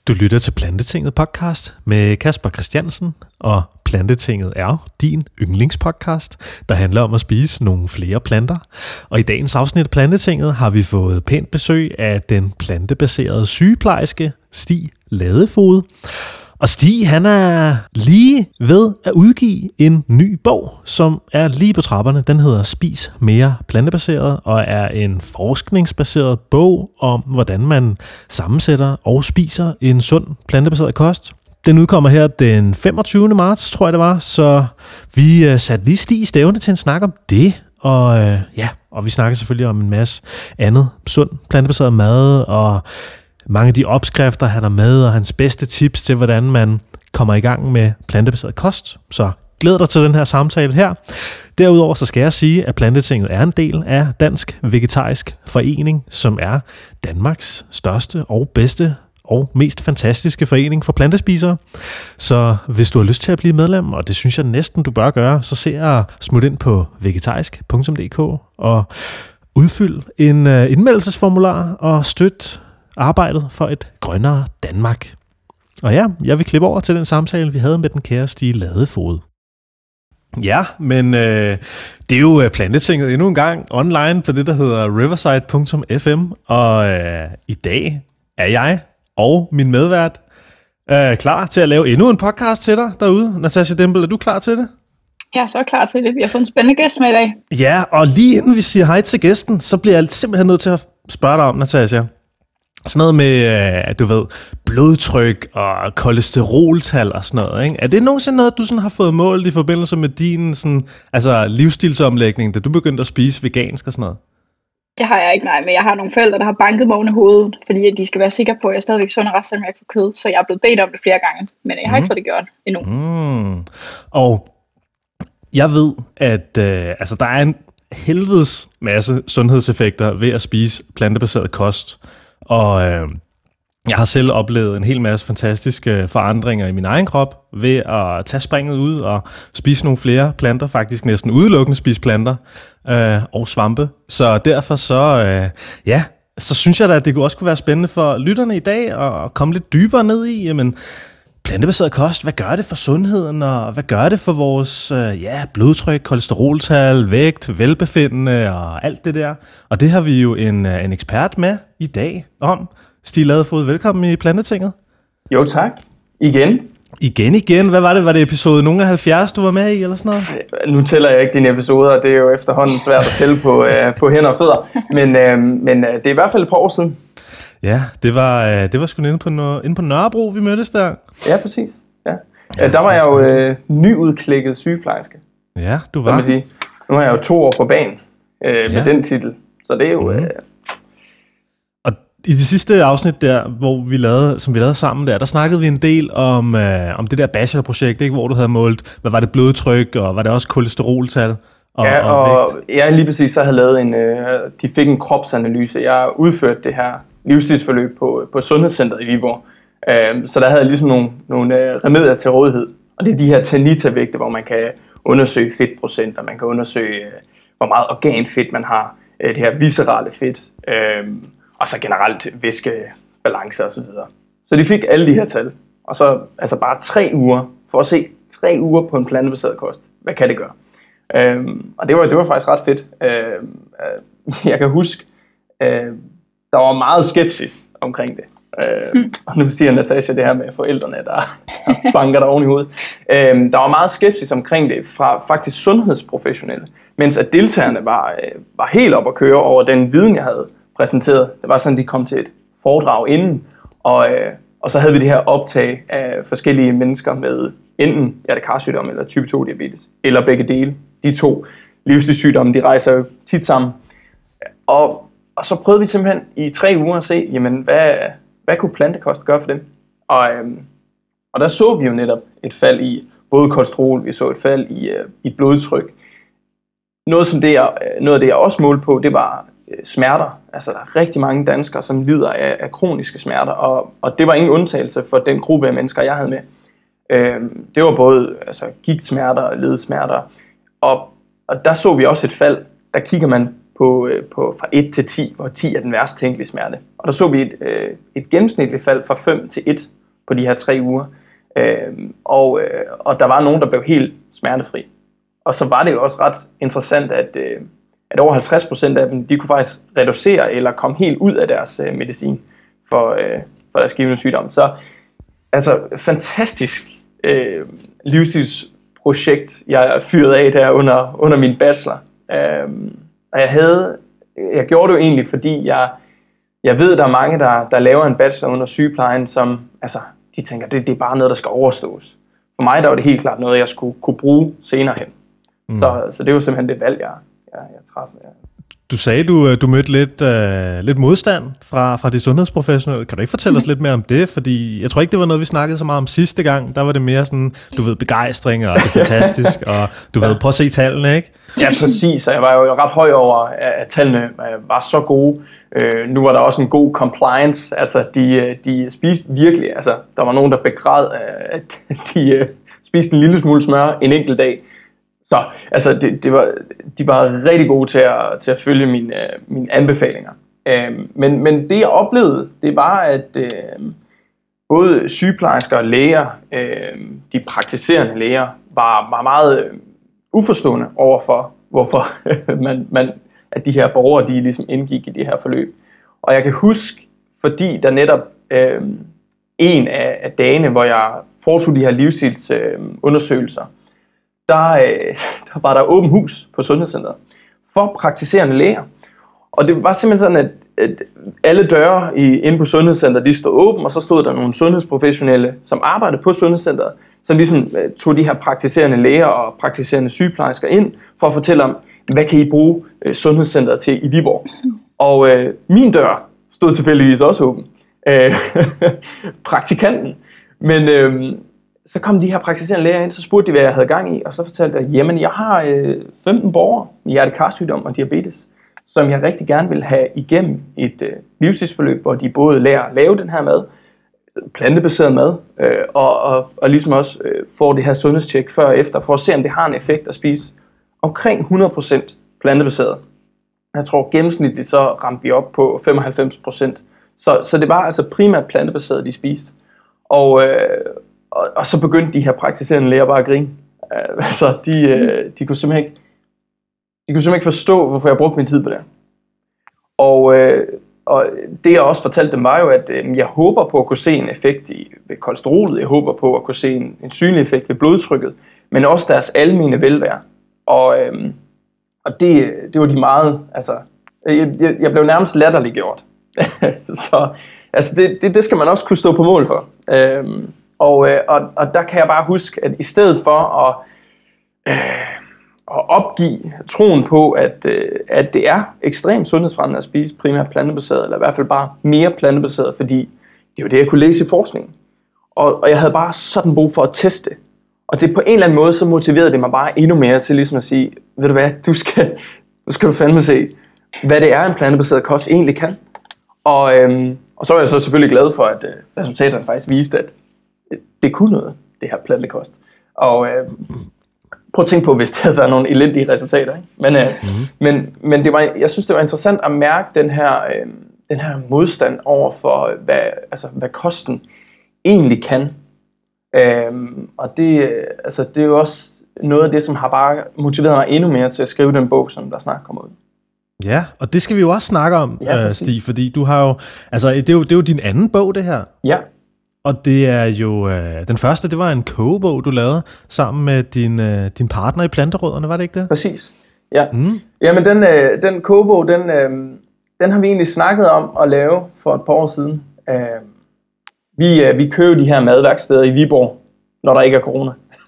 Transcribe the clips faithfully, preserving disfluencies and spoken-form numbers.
Du lytter til Plantetinget podcast med Kasper Christiansen, og Plantetinget er din yndlingspodcast, der handler om at spise nogle flere planter. Og i dagens afsnit af Plantetinget har vi fået pænt besøg af den plantebaserede sygeplejerske Stig Ladefoged. Og Stig, han er lige ved at udgive en ny bog, som er lige på trapperne. Den hedder Spis mere plantebaseret og er en forskningsbaseret bog om, hvordan man sammensætter og spiser en sund plantebaseret kost. Den udkommer her den femogtyvende marts, tror jeg det var, så vi satte lige Stig i stævne til en snak om det. Og øh, ja, og vi snakker selvfølgelig om en masse andet sund plantebaseret mad og mange af de opskrifter, han har med, og hans bedste tips til, hvordan man kommer i gang med plantebaseret kost. Så glæd dig til den her samtale her. Derudover så skal jeg sige, at Plantetinget er en del af Dansk Vegetarisk Forening, som er Danmarks største og bedste og mest fantastiske forening for plantespisere. Så hvis du har lyst til at blive medlem, og det synes jeg næsten, du bør gøre, så se at smutte ind på vegetarisk punktum d k og udfyld en uh, indmeldelsesformular og støt arbejdet for et grønnere Danmark. Og ja, jeg vil klippe over til den samtale, vi havde med den kære Stig Ladefoged. Ja, men øh, det er jo Plantetinget endnu en gang online på det, der hedder riverside punktum f m. Og øh, i dag er jeg og min medvært øh, klar til at lave endnu en podcast til dig derude. Natasha Dembel, er du klar til det? Jeg er så klar til det. Vi har fået en spændende gæst med i dag. Ja, og lige inden vi siger hej til gæsten, så bliver jeg simpelthen nødt til at spørge dig om, Natasha. Sådan noget med, at du ved, blodtryk og kolesteroltal og sådan noget, ikke? Er det nogensinde noget, du sådan har fået målt i forbindelse med din sådan, altså, livsstilsomlægning, da du begyndte at spise vegansk og sådan noget? Det har jeg ikke, nej, men jeg har nogle forældre, der har banket mig oven i hovedet, fordi de skal være sikre på, at jeg er stadigvæk sund og rask, selvom jeg ikke får kød, så jeg er blevet bedt om det flere gange, men jeg har mm. ikke fået det gjort endnu. Mm. Og jeg ved, at øh, altså, der er en helvedes masse sundhedseffekter ved at spise plantebaseret kost. Og øh, jeg har selv oplevet en hel masse fantastiske forandringer i min egen krop ved at tage springet ud og spise nogle flere planter, faktisk næsten udelukkende spise planter øh, og svampe. Så derfor så, øh, ja, så synes jeg da, at det også kunne være spændende for lytterne i dag at komme lidt dybere ned i, jamen, plantebaseret kost, hvad gør det for sundheden, og hvad gør det for vores øh, ja, blodtryk, kolesteroltal, vægt, velbefindende og alt det der. Og det har vi jo en, en ekspert med i dag om. Stig Ladefoged, velkommen i Plantetinget. Jo tak, igen. Igen, igen. Hvad var det? Var det episode nogle af halvfjerds, du var med i, eller sådan noget? Nu tæller jeg ikke dine episoder, det er jo efterhånden svært at tælle på, øh, på hænder og fødder. Men, øh, men øh, det er i hvert fald et par år siden. Ja, det var, det var sgu inde på, inde på Nørrebro, vi mødtes der. Ja, præcis. Ja. Ja, der var jeg jo øh, nyudklækket sygeplejerske. Ja, du var. Man sige. Nu har jeg jo to år på banen øh, med ja. den titel, så det er jo... Øh... Og i de sidste afsnit der, hvor vi lavede, som vi lavede sammen der, der snakkede vi en del om, øh, om det der bachelorprojekt, ikke, hvor du havde målt, hvad var det, blodtryk, og var det også kolesteroltal? Og, ja, og, og jeg lige præcis så havde lavet en, øh, de fik en kropsanalyse. Jeg udførte det her livsstilsforløb på, på Sundhedscentret i Viborg. Øh, så der havde jeg ligesom nogle, nogle øh, remedier til rådighed. Og det er de her Tanita-vægte, hvor man kan undersøge fedtprocenter, man kan undersøge, øh, hvor meget organfedt man har, øh, det her viscerale fedt, øh, og så generelt væskebalance osv. Så, så de fik alle de her tal. Og så altså bare tre uger, for at se tre uger på en plantebaseret kost. Hvad kan det gøre? Øhm, og det var, det var faktisk ret fedt. Øhm, øh, jeg kan huske, øh, der var meget skepsis omkring det. Øh, mm. Og nu siger Natasha det her med forældrene, der, der banker der oven i hovedet. Øhm, der var meget skepsis omkring det fra faktisk sundhedsprofessionelle, mens at deltagerne var, øh, var helt op at køre over den viden, jeg havde præsenteret. Det var sådan, de kom til et foredrag inden, og, øh, og så havde vi det her optag af forskellige mennesker med enten hjertekarsygdom eller type to diabetes, eller begge dele. De to livsstilssygdomme, de rejser jo tit sammen. Og, og så prøvede vi simpelthen i tre uger at se, jamen, hvad, hvad kunne plantekost gøre for dem? Og, øhm, og der så vi jo netop et fald i både kolesterol, vi så et fald i, øh, i blodtryk. Noget, som det, jeg, noget af det, jeg også målte på, det var øh, smerter. Altså, der er rigtig mange danskere, som lider af, af kroniske smerter, og, og det var ingen undtagelse for den gruppe af mennesker, jeg havde med. Øhm, det var både altså, gigtsmerter og ledsmerter, og, og der så vi også et fald. Der kigger man på, øh, på fra et til ti, hvor ti er den værste tænkelige smerte. Og der så vi et, øh, et gennemsnitligt fald fra fem til et på de her tre uger. Øh, og, øh, og der var nogen, der blev helt smertefri. Og så var det jo også ret interessant, at, øh, at over halvtreds procent af dem, de kunne faktisk reducere eller komme helt ud af deres øh, medicin for, øh, for deres givende sygdom. Så altså fantastisk øh, livsstilsprojekt, jeg fyrede af der under, under min bachelor. Øh, og jeg havde, jeg gjorde det jo egentlig, fordi jeg, jeg ved, der er mange, der, der laver en bachelor under sygeplejen, som altså, de tænker, det, det er bare noget, der skal overstås. For mig der var det helt klart noget, jeg skulle kunne bruge senere hen. Mm. Så, så det var simpelthen det valg, jeg, jeg, jeg traf. Ja. Du sagde, du, du mødte lidt, øh, lidt modstand fra, fra de sundhedsprofessionelle. Kan du ikke fortælle os lidt mere om det? Fordi jeg tror ikke, det var noget, vi snakkede så meget om sidste gang. Der var det mere sådan, du ved, begejstring, og det er fantastisk, og du ved, prøv at se tallene, ikke? Ja, præcis. Og jeg var jo ret høj over, at tallene var så gode. Øh, nu var der også en god compliance. Altså, de, de spiste virkelig. Altså, der var nogen, der begræd, at de spiste en lille smule smør en enkelt dag. Så altså, det, det var, de var rigtig gode til at, til at følge mine, mine anbefalinger. Øh, men, men det, jeg oplevede, det var, at øh, både sygeplejersker og læger, øh, de praktiserende læger, var, var meget øh, uforstående overfor, hvorfor man, man, at de her borgere, de ligesom indgik i de her forløb. Og jeg kan huske, fordi der netop øh, en af, af dagene, hvor jeg foretog de her livsstilsundersøgelser, øh, der, øh, der var der åben hus på sundhedscenteret for praktiserende læger. Og det var simpelthen sådan, at, at alle døre i, inde på sundhedscenteret, de stod åben, og så stod der nogle sundhedsprofessionelle, som arbejdede på sundhedscenteret, som ligesom øh, tog de her praktiserende læger og praktiserende sygeplejersker ind, for at fortælle om, hvad kan I bruge øh, sundhedscenteret til i Viborg. Og øh, min dør stod tilfældigvis også åben. Øh, praktikanten. Men øh, så kom de her praktiserende læger ind, så spurgte de, hvad jeg havde gang i, og så fortalte jeg, jamen jeg har øh, femten borgere med hjertekarsygdom og diabetes, som jeg rigtig gerne vil have igennem et øh, livsstilsforløb, hvor de både lærer at lave den her mad, plantebaseret mad, øh, og, og, og ligesom også øh, får det her sundhedstjek før og efter, for at se, om det har en effekt at spise omkring hundrede procent plantebaseret. Jeg tror gennemsnitligt så ramte vi op på femoghalvfems procent. Så, så det var altså primært plantebaseret, de spiste. Og, øh, og, og så begyndte de her praktiserende læger bare at grine. Uh, altså, de, øh, de kunne simpelthen ikke, de kunne simpelthen ikke forstå, hvorfor jeg brugte min tid på det. Og, øh, og det jeg også fortalte dem var jo, at øh, jeg håber på at kunne se en effekt i, ved kolesterolet. Jeg håber på at kunne se en, en synlig effekt ved blodtrykket, men også deres almene velvære. Og, øh, og det, det var de meget, altså, jeg, jeg, jeg blev nærmest latterliggjort. Så altså det, det, det skal man også kunne stå på mål for. Øhm, og, øh, og, og der kan jeg bare huske, at i stedet for at, øh, at opgive troen på, at, øh, at det er ekstremt sundhedsfremmende at spise primært plantebaseret, eller i hvert fald bare mere plantebaseret, fordi det er jo det, jeg kunne læse i forskningen. Og, og jeg havde bare sådan brug for at teste. Og det på en eller anden måde, så motiverede det mig bare endnu mere til ligesom at sige, ved du hvad, du skal, nu skal du fandme se, hvad det er, en plantebaseret kost egentlig kan. Og, øhm, og så er jeg så selvfølgelig glad for, at øh, resultaterne faktisk viste, at øh, det kunne noget, det her plantekost. Og øh, prøv at tænke på, hvis det havde været nogle elendige resultater. Ikke? Men, øh, mm-hmm. men, men det var, jeg synes, det var interessant at mærke den her, øh, den her modstand over for, hvad, altså, hvad kosten egentlig kan. Øhm, og det, altså, det er jo også noget af det, som har bare motiveret mig endnu mere til at skrive den bog, som der snart kommer ud. Ja, og det skal vi jo også snakke om, ja, uh, Stig, fordi du har jo, altså det er jo, det er jo din anden bog, det her. Ja. Og det er jo, uh, den første, det var en kogebog, du lavede sammen med din, uh, din partner i Planterødderne, var det ikke det? Præcis, ja. Mm. Jamen den, øh, den kogebog, den, øh, den har vi egentlig snakket om at lave for et par år siden. Uh, vi, uh, vi køber de her madværksteder i Viborg, når der ikke er corona,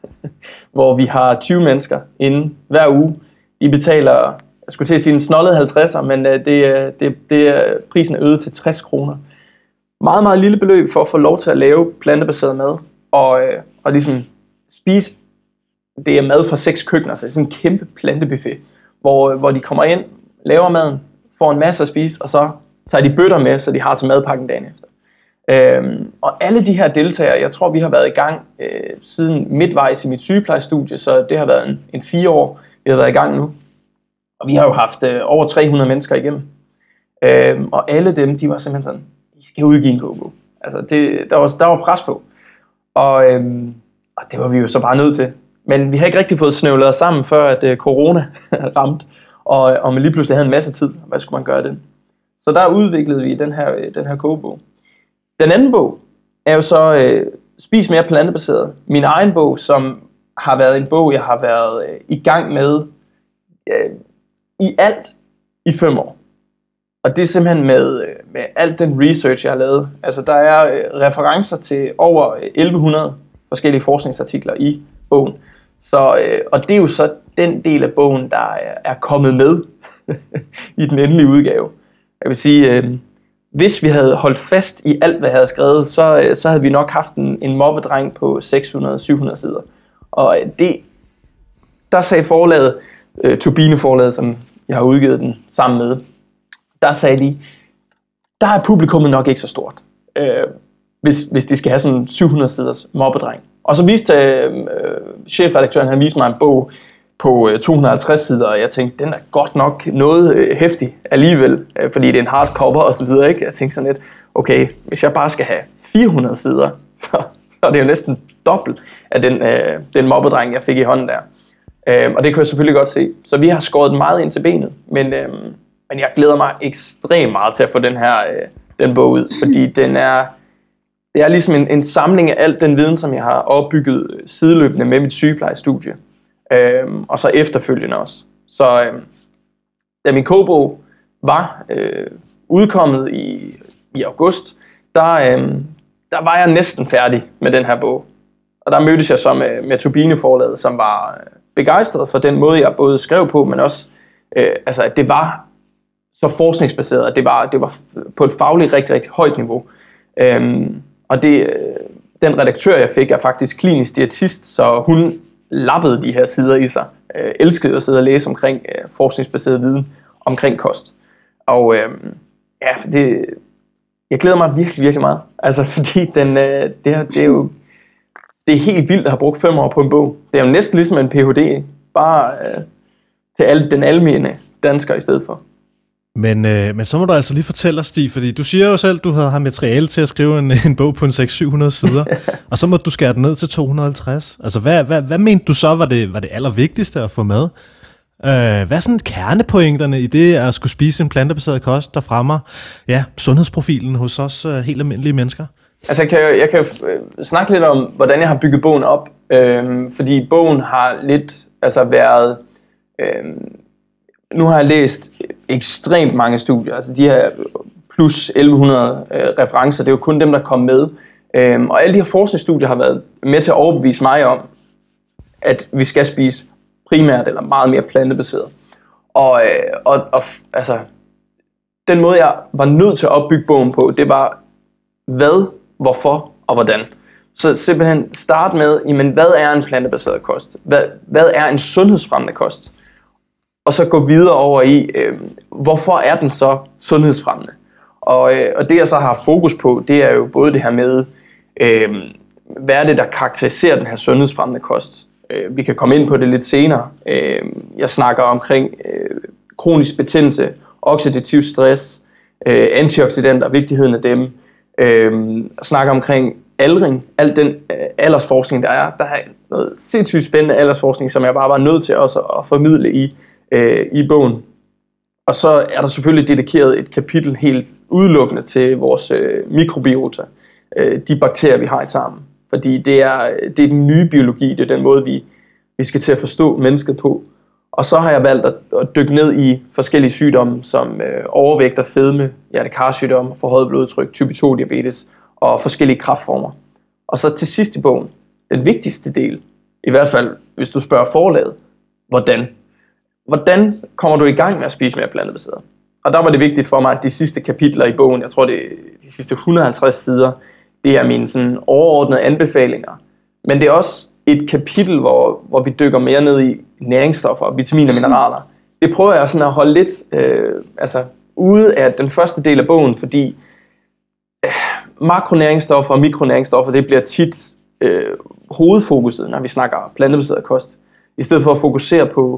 hvor vi har tyve mennesker inde hver uge. De betaler, jeg skulle til at sige en snollet halvtredser, men det, det, det, prisen er øget til tres kroner. Meget, meget lille beløb for at få lov til at lave plantebaseret mad, og, og ligesom spise, det er mad fra seks køkkener, så det er sådan en kæmpe plantebuffet, hvor, hvor de kommer ind, laver maden, får en masse at spise, og så tager de bøtter med, så de har til madpakken dagen efter. Øhm, og alle de her deltagere, jeg tror vi har været i gang øh, siden midtvejs i mit sygeplejestudie, så det har været en, en fire år, vi har været i gang nu. Og vi har jo haft øh, over tre hundrede mennesker igennem. Øh, og alle dem, de var simpelthen sådan, I skal udgive en kogebog. Altså, det, der, var, der var pres på. Og, øh, og det var vi jo så bare nødt til. Men vi har ikke rigtig fået snøvlet os sammen, før at øh, corona ramte. Og, og man lige pludselig havde en masse tid. Hvad skulle man gøre den? Så der udviklede vi den her, øh, den her kogebog. Den anden bog er jo så øh, Spis mere plantebaseret. Min egen bog, som har været en bog, jeg har været øh, i gang med øh, i alt i fem år. Og det er simpelthen med, øh, med alt den research, jeg har lavet. Altså, der er øh, referencer til over elleve hundrede forskellige forskningsartikler i bogen. Så, øh, og det er jo så den del af bogen, der er, er kommet med i den endelige udgave. Jeg vil sige, øh, hvis vi havde holdt fast i alt, hvad jeg havde skrevet, så, øh, så havde vi nok haft en, en mobbedreng på seks hundrede til syv hundrede sider. Og øh, det, der sagde forlaget, øh, Turbine forlaget, som jeg har udgivet den sammen med, der sagde de, der er publikummet nok ikke så stort, øh, hvis, hvis de skal have sådan syv hundrede siders mobbedreng. Og så viste øh, chefredaktøren, han viste mig en bog på øh, to hundrede og halvtreds sider, og jeg tænkte, den er godt nok noget øh, hæftig alligevel, øh, fordi det er en hardcover og så videre, ikke? Jeg tænkte sådan lidt, okay, hvis jeg bare skal have fire hundrede sider, så, så er det jo næsten dobbelt af den, øh, den mobbedreng, jeg fik i hånden der. Øh, og det kan jeg selvfølgelig godt se. Så vi har skåret den meget ind til benet, men, øh, men jeg glæder mig ekstremt meget til at få den her øh, den bog ud, fordi den er, det er ligesom en, en samling af alt den viden, som jeg har opbygget sideløbende med mit sygeplejestudie. Øhm, og så efterfølgende også. Så øhm, da min kogebog var øh, udkommet i, i august, der, øhm, der var jeg næsten færdig med den her bog. Og der mødtes jeg så med, med Turbine forlaget, som var begejstret for den måde, jeg både skrev på, men også, øh, altså, at det var så forskningsbaseret, at det var, det var på et fagligt rigtig, rigtig højt niveau. Øhm, og det, øh, den redaktør, jeg fik, er faktisk klinisk diætist, så hun lappede de her sider i sig. Øh, elskede at sidde og læse omkring øh, forskningsbaseret viden omkring kost. Og øh, ja, det, jeg glæder mig virkelig, virkelig meget. Altså, fordi den, øh, det, her, det er jo det er helt vildt at have brugt fem år på en bog. Det er jo næsten ligesom en P H D, bare øh, til al, den almene dansker i stedet for. Men, øh, men så må du altså lige fortælle os, Stig, fordi du siger jo selv, at du har materiale til at skrive en, en bog på en seks til syv hundrede sider, og så må du skære den ned til to hundrede og halvtreds. Altså, hvad, hvad, hvad mente du så var det, var det allervigtigste at få med? Øh, hvad er sådan kernepointerne i det at skulle spise en plantebaseret kost, der fremmer ja, sundhedsprofilen hos os øh, helt almindelige mennesker? Altså, jeg kan jo, jeg kan jo snakke lidt om, hvordan jeg har bygget bogen op, øh, fordi bogen har lidt altså været... Øh, Nu har jeg læst ekstremt mange studier, altså de her plus elleve hundrede øh, referencer, det er jo kun dem, der kom med. Øhm, og alle de her forskningsstudier har været med til at overbevise mig om, at vi skal spise primært eller meget mere plantebaseret. Og, øh, og, og altså, den måde, jeg var nødt til at opbygge bogen på, det var hvad, hvorfor og hvordan. Så simpelthen start med, jamen, hvad er en plantebaseret kost? Hvad, hvad er en sundhedsfremmende kost? Og så gå videre over i, øh, hvorfor er den så sundhedsfremmende? Og, øh, og det jeg så har fokus på, det er jo både det her med, øh, hvad er det, der karakteriserer den her sundhedsfremmende kost? Øh, vi kan komme ind på det lidt senere. Øh, jeg snakker omkring øh, kronisk betændelse, oxidativ stress, øh, antioxidanter, vigtigheden af dem. Øh, snakker omkring aldring, al den øh, aldersforskning, der er. Der er noget sindssygt spændende aldersforskning, som jeg bare var nødt til også at formidle i, øh, i bogen. Og så er der selvfølgelig dedikeret et kapitel helt udelukkende til vores øh, mikrobiota, øh, de bakterier, vi har i tarmen. Fordi det er, det er den nye biologi, det er den måde, vi, vi skal til at forstå mennesket på. Og så har jeg valgt at, at dykke ned i forskellige sygdomme, som øh, overvægt og fedme, hjertekarsygdomme, forhøjet blodtryk, type to diabetes og forskellige kræftformer. Og så til sidst i bogen, den vigtigste del, i hvert fald hvis du spørger forlaget, hvordan? Hvordan kommer du i gang med at spise mere plantebaseret? Og der var det vigtigt for mig, at de sidste kapitler i bogen, jeg tror det er de sidste et hundrede og halvtreds sider, det er mine sådan overordnede anbefalinger. Men det er også et kapitel, hvor, hvor vi dykker mere ned i næringsstoffer, vitaminer og mineraler. Det prøver jeg sådan at holde lidt øh, altså, ude af den første del af bogen, fordi øh, makronæringsstoffer og mikronæringsstoffer, det bliver tit øh, hovedfokuset, når vi snakker plantebaseret kost. I stedet for at fokusere på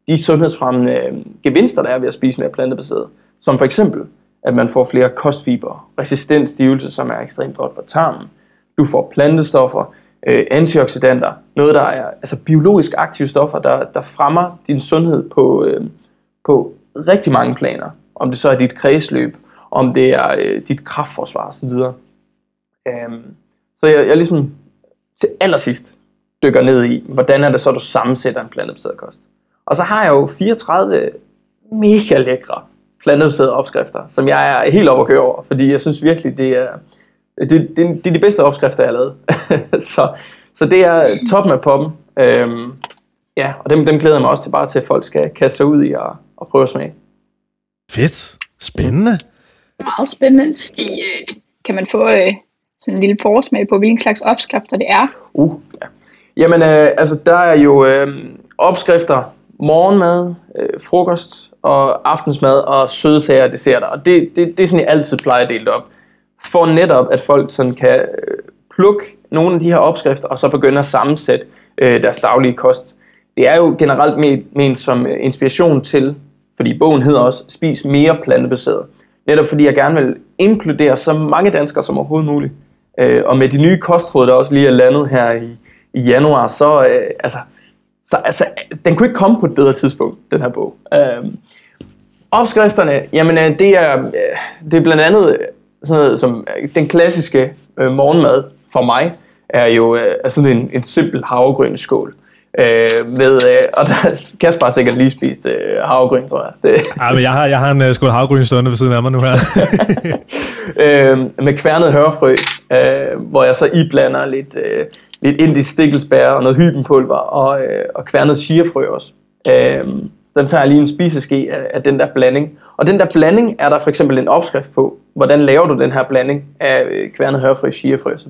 de sundhedsfremmende gevinster, der er ved at spise mere plantebaseret. Som for eksempel, at man får flere kostfiber, resistent stivelse, som er ekstremt godt for tarmen. Du får plantestoffer, øh, antioxidanter, noget der er altså biologisk aktive stoffer, der, der fremmer din sundhed på, øh, på rigtig mange planer. Om det så er dit kredsløb, om det er øh, dit kraftforsvar osv. Um, så jeg, jeg ligesom til allersidst dykker ned i, hvordan er det så, du sammensætter en plantebaseret kost. Og så har jeg jo fireogtredive mega lækre plantebaserede opskrifter, som jeg er helt oppe at køre over, fordi jeg synes virkelig, det er, det, det, det er de bedste opskrifter, jeg har lavet. så, så det er toppen af poppen. Um, ja, og dem, dem glæder jeg mig også til, bare til, at folk skal kaste sig ud i og, og prøve at smage. Fedt. Spændende. Meget spændende. Stig, kan man få øh, sådan en lille forsmag på, hvilken slags opskrifter det er? Uh, ja. Jamen, øh, altså, der er jo øh, opskrifter, morgenmad, øh, frokost og aftensmad og søde sager og desserter. Og det, det, det er sådan, jeg altid plejer at dele op. For netop, at folk sådan kan øh, plukke nogle af de her opskrifter, og så begynde at sammensætte øh, deres daglige kost. Det er jo generelt ment som øh, inspiration til, fordi bogen hedder også, spis mere plantebaseret. Netop fordi jeg gerne vil inkludere så mange danskere som overhovedet muligt. Øh, og med de nye kostråd, der også lige er landet her i, i januar, så, øh, altså, så altså, den kunne ikke komme på et bedre tidspunkt, den her bog. Øh, opskrifterne, jamen øh, det er, øh, det er blandt andet sådan noget, som øh, den klassiske øh, morgenmad for mig, er jo øh, er sådan en, en simpel havregrynskål. Øh, med, øh, og der Kasper har sikkert lige spist øh, havregryn, tror jeg. Det. Ja, men jeg har, jeg har en uh, skål havregryn stående ved siden af mig nu her. øh, med kværnet hørfrø, øh, hvor jeg så iblander lidt, øh, lidt indisk stikkelsbær og noget hybenpulver og, øh, og kværnet chiafrø også. Øh, den tager jeg lige en spiseske af, af den der blanding. Og den der blanding er der for eksempel en opskrift på. Hvordan laver du den her blanding af øh, kværnet hørfrø, chiafrø osv.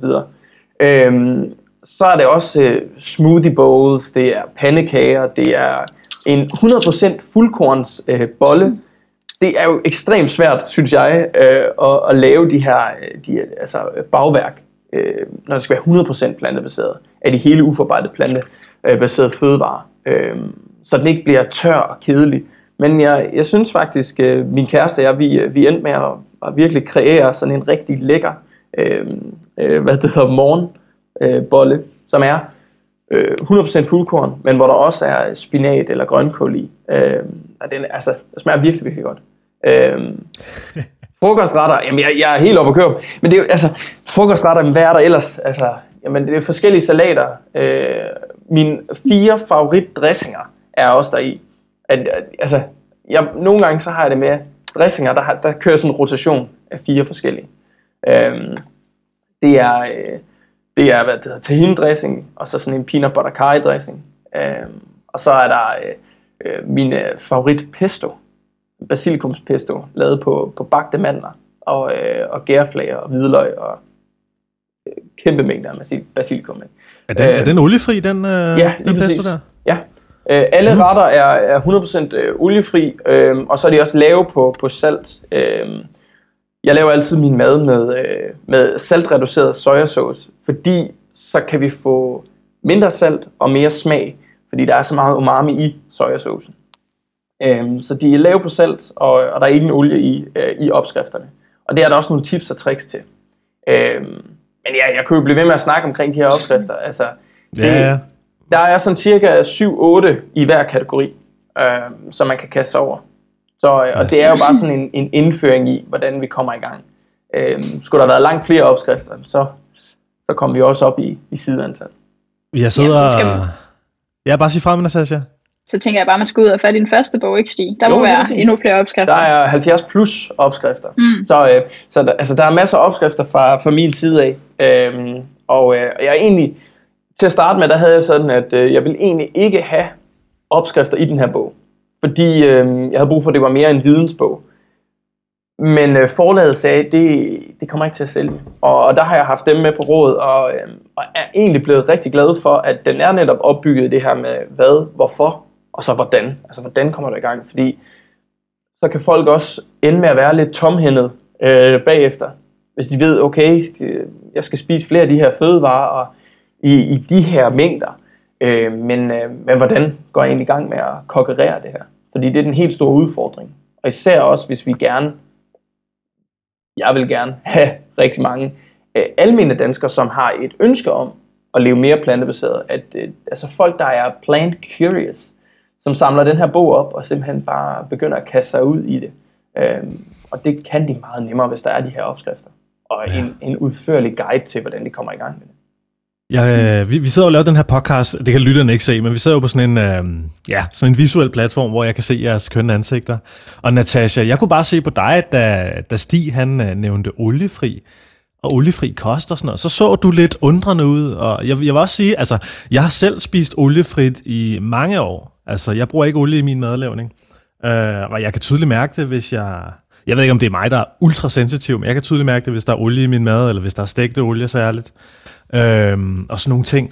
Øh, Så er det også øh, smoothie bowls, det er pandekager, det er en hundrede procent fuldkorns øh, bolle. Det er jo ekstremt svært, synes jeg, øh, at, at lave de her de, altså bagværk, øh, når det skal være hundrede procent plantebaseret, af de hele uforarbejdet plantebaserede fødevarer. Øh, så den ikke bliver tør og kedelig. Men jeg, jeg synes faktisk, øh, min kæreste og jeg, vi, vi endte med at, at virkelig kreere sådan en rigtig lækker øh, øh, hvad det hedder, morgen. Øh, bolle, som er øh, hundrede procent fuldkorn, men hvor der også er spinat eller grønkål i. Øh, og den, altså, det smager virkelig, virkelig godt. Øh, frokostretter, jamen jeg, jeg er helt oppe at køre. Men det er jo, altså, frokostretter, hvad er der ellers? Altså, jamen det er forskellige salater. Øh, mine fire favoritdressinger er også der i. At, at, altså, jeg, nogle gange så har jeg det med dressinger, der, der kører sådan en rotation af fire forskellige. Øh, det er... Øh, Det er, hvad det hedder, tahini-dressing, og så sådan en peanut butter curry-dressing. Øhm, og så er der øh, øh, min favorit pesto, basilikumspesto, lavet på, på bagte mandler, og, øh, og gærflager og hvidløg, og øh, kæmpe mængder af basilikum. Er den, øh, er den oliefri, den, øh, ja, den pesto der? Ja, øh, alle mm. retter er, er hundrede procent oliefri, øh, og så er de også lave på, på salt. Øh, Jeg laver altid min mad med, øh, med saltreduceret sojasauce, fordi så kan vi få mindre salt og mere smag, fordi der er så meget umami i sojasaucen. Øhm, så de er lave på salt, og, og der er ingen olie i, øh, i opskrifterne. Og det er der også nogle tips og tricks til. Øhm, men ja, jeg kunne jo blive ved med at snakke omkring de her opskrifter. Altså, det, ja. Der er sådan cirka syv otte i hver kategori, øh, som man kan kaste sig over. Så, og det er jo bare sådan en, en indføring i, hvordan vi kommer i gang. Øhm, skulle der have været langt flere opskrifter, så, så kommer vi også op i, i sideantal. Jeg sidder... Ja, så skal man... ja, bare sig frem, Natasja. Så tænker jeg bare, at man skal ud og fatte din første bog, ikke Stig? Der jo, må være endnu flere opskrifter. Der er halvfjerds plus opskrifter. Mm. Så, øh, så der, altså, der er masser af opskrifter fra, fra min side af. Øhm, og øh, jeg er egentlig... Til at starte med, der havde jeg sådan, at øh, jeg ville egentlig ikke have opskrifter i den her bog. Fordi øh, jeg havde brug for, at det var mere en vidensbog. Men øh, forlaget sagde, at det, det kommer ikke til at sælge. Og, og der har jeg haft dem med på råd, og, øh, og er egentlig blevet rigtig glad for, at den er netop opbygget det her med hvad, hvorfor, og så hvordan. Altså, hvordan kommer du i gang? Fordi så kan folk også ende med at være lidt tomhændet øh, bagefter. Hvis de ved, okay, jeg skal spise flere af de her fødevarer og i, i de her mængder. Øh, men, øh, men hvordan går jeg egentlig i gang med at konkurrere det her? Fordi det er den helt store udfordring. Og især også, hvis vi gerne, jeg vil gerne have rigtig mange øh, almene danskere, som har et ønske om at leve mere plantebaseret. At, øh, altså folk, der er plant curious, som samler den her bog op og simpelthen bare begynder at kaste sig ud i det. Øh, og det kan de meget nemmere, hvis der er de her opskrifter. Og ja. en, en udførlig guide til, hvordan de kommer i gang med det. Ja, øh, vi, vi sidder og laver den her podcast, det kan lytterne ikke se, men vi sidder jo på sådan en, øh, ja, sådan en visuel platform, hvor jeg kan se jeres kønne ansigter. Og Natasha, jeg kunne bare se på dig, da, da Stig han øh, nævnte oliefri, og oliefri kost og sådan noget, så så du lidt undrende ud. Og jeg, jeg vil også sige, altså, jeg har selv spist oliefrit i mange år. Altså, jeg bruger ikke olie i min madlavning. Øh, og jeg kan tydeligt mærke det, hvis jeg... Jeg ved ikke, om det er mig, der er ultrasensitiv, men jeg kan tydeligt mærke det, hvis der er olie i min mad, eller hvis der er stegte olie særligt. Øhm, og sådan nogle ting.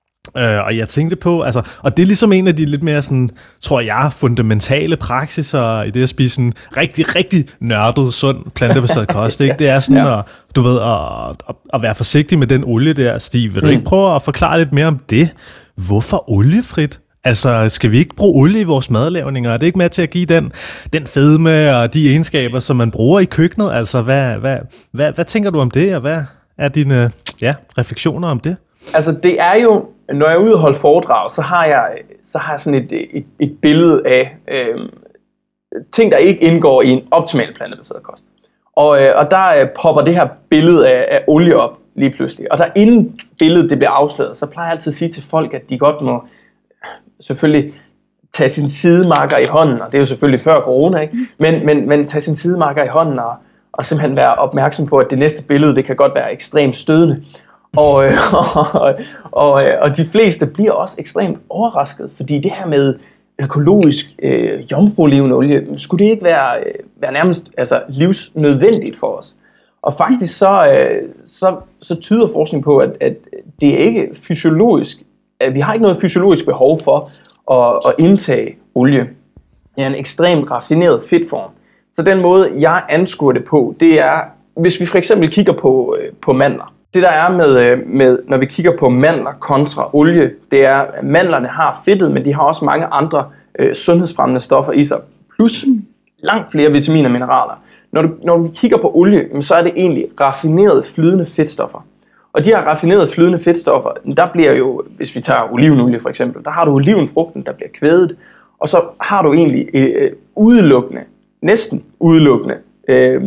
Øh, og jeg tænkte på, altså, og det er ligesom en af de lidt mere sådan, tror jeg, fundamentale praksiser i det at spise sådan rigtig, rigtig nørdet, sund, plantebaseret kost, ikke? Det er sådan, ja. at, du ved, at, at, at være forsigtig med den olie der. Stig, vil du mm. ikke prøve at forklare lidt mere om det? Hvorfor oliefrit? Altså, skal vi ikke bruge olie i vores madlavninger? Er det ikke med til at give den, den fedme og de egenskaber, som man bruger i køkkenet? Altså, hvad, hvad, hvad, hvad tænker du om det, og hvad er dine ja, refleksioner om det? Altså, det er jo, når jeg er ude og holde foredrag, så har jeg, så har jeg sådan et, et, et billede af øh, ting, der ikke indgår i en optimal plantebaseret kost. Og, øh, og der øh, popper det her billede af, af olie op lige pludselig. Og der inden billedet det bliver afsløret, så plejer jeg altid at sige til folk, at de godt må selvfølgelig tage sin sidemarker i hånden, og det er jo selvfølgelig før corona, ikke? Men, men, men tage sin sidemarker i hånden og, og simpelthen være opmærksom på, at det næste billede, det kan godt være ekstremt stødende. Og, øh, og, og, og de fleste bliver også ekstremt overrasket, fordi det her med økologisk øh, jomfruolivenolie, skulle det ikke være, øh, være nærmest altså, livsnødvendigt for os? Og faktisk så, øh, så, så tyder forskning på, at, at det er ikke fysiologisk, at vi har ikke noget fysiologisk behov for at, at indtage olie. Det er en ekstremt raffineret fedtform. Så den måde, jeg anskuer det på, det er, hvis vi for eksempel kigger på, øh, på mandler. Det der er med, med, når vi kigger på mandler kontra olie, det er, at mandlerne har fedtet, men de har også mange andre øh, sundhedsfremmende stoffer i sig. Plus langt flere vitaminer og mineraler. Når, du, når vi kigger på olie, så er det egentlig raffinerede flydende fedtstoffer. Og de her raffinerede flydende fedtstoffer, der bliver jo, hvis vi tager olivenolie for eksempel, der har du olivenfrugten, der bliver kvædet, og så har du egentlig øh, udelukkende, næsten udelukkende, øh,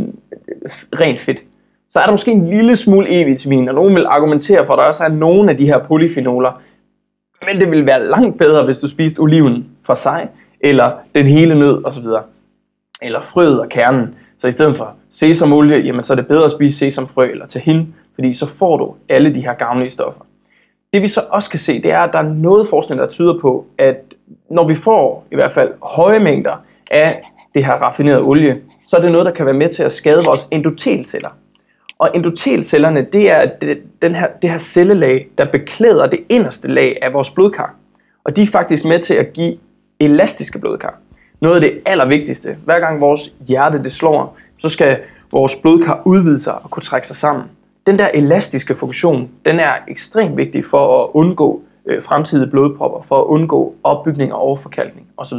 rent fedt. Så er der måske en lille smule E-vitamin, og nogen vil argumentere for, at der også er nogle af de her polyfenoler. Men det vil være langt bedre, hvis du spiste oliven for sig, eller den hele nød osv. Eller frøet og kernen. Så i stedet for sesamolie, jamen så er det bedre at spise sesamfrø eller tahin, fordi så får du alle de her gavnlige stoffer. Det vi så også kan se, det er, at der er noget forskning, der tyder på, at når vi får i hvert fald høje mængder af det her raffinerede olie, så er det noget, der kan være med til at skade vores endotelceller. Og endotelcellerne, det er det, den her, det her cellelag, der beklæder det inderste lag af vores blodkar. Og de er faktisk med til at give elastiske blodkar. Noget af det allervigtigste. Hver gang vores hjerte det slår, så skal vores blodkar udvide sig og kunne trække sig sammen. Den der elastiske funktion, den er ekstremt vigtig for at undgå øh, fremtidige blodpropper, for at undgå opbygning og overforkalkning osv.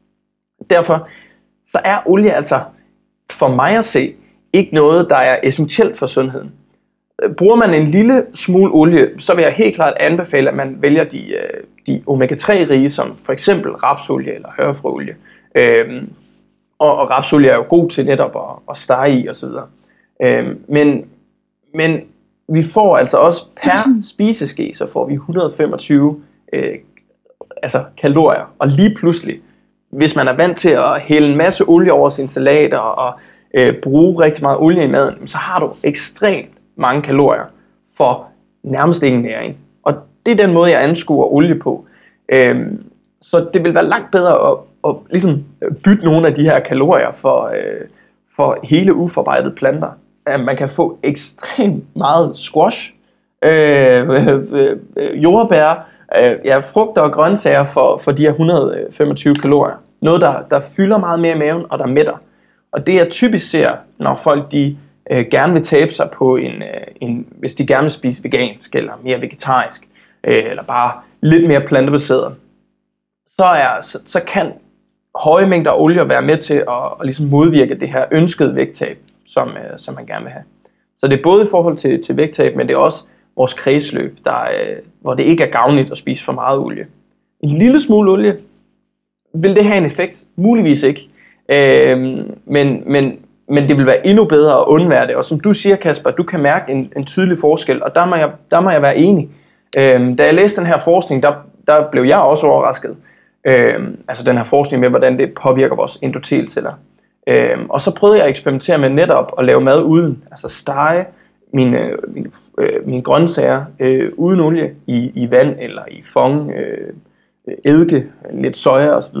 Derfor så er olie altså for mig at se ikke noget, der er essentielt for sundheden. Bruger man en lille smule olie, så vil jeg helt klart anbefale, at man vælger de, de omega tre rige, som for eksempel rapsolie eller hørefrøolie. Øhm, og, og rapsolie er jo god til netop at, at stege i osv. Øhm, men, men vi får altså også per spiseske, så får vi et hundrede og femogtyve øh, altså kalorier. Og lige pludselig, hvis man er vant til at hælde en masse olie over sine salater og øh, bruge rigtig meget olie i maden, så har du ekstremt mange kalorier for nærmest ingen næring. Og det er den måde, jeg anskuer olie på. Øhm, så det vil være langt bedre at, at ligesom bytte nogle af de her kalorier for, øh, for hele uforarbejdede planter. At man kan få ekstremt meget squash, øh, øh, øh, jordbær, øh, ja, frugter og grøntsager for, for de her et hundrede og femogtyve kalorier. Noget, der, der fylder meget mere i maven, og der mætter. Og det jeg typisk ser, når folk de øh, gerne vil tabe sig på en, øh, en, hvis de gerne vil spise vegansk eller mere vegetarisk, øh, eller bare lidt mere plantebaseret, så, er, så, så kan høje mængder olie være med til at, at ligesom modvirke det her ønskede vægttab, som, øh, som man gerne vil have. Så det er både i forhold til, til vægttab, men det er også vores kredsløb, der, øh, hvor det ikke er gavnligt at spise for meget olie. En lille smule olie, vil det have en effekt? Muligvis ikke. Øh, men, men, men det vil være endnu bedre at undvære det. Og som du siger, Kasper, du kan mærke en, en tydelig forskel, og der må jeg, der må jeg være enig. Øh, da jeg læste den her forskning, der, der blev jeg også overrasket. Øh, altså den her forskning med, hvordan det påvirker vores endotelceller. Øh, og så prøvede jeg at eksperimentere med netop at lave mad uden, altså stege mine, mine, øh, mine grøntsager øh, uden olie i, i vand eller i fong, øh, eddike, lidt soja osv.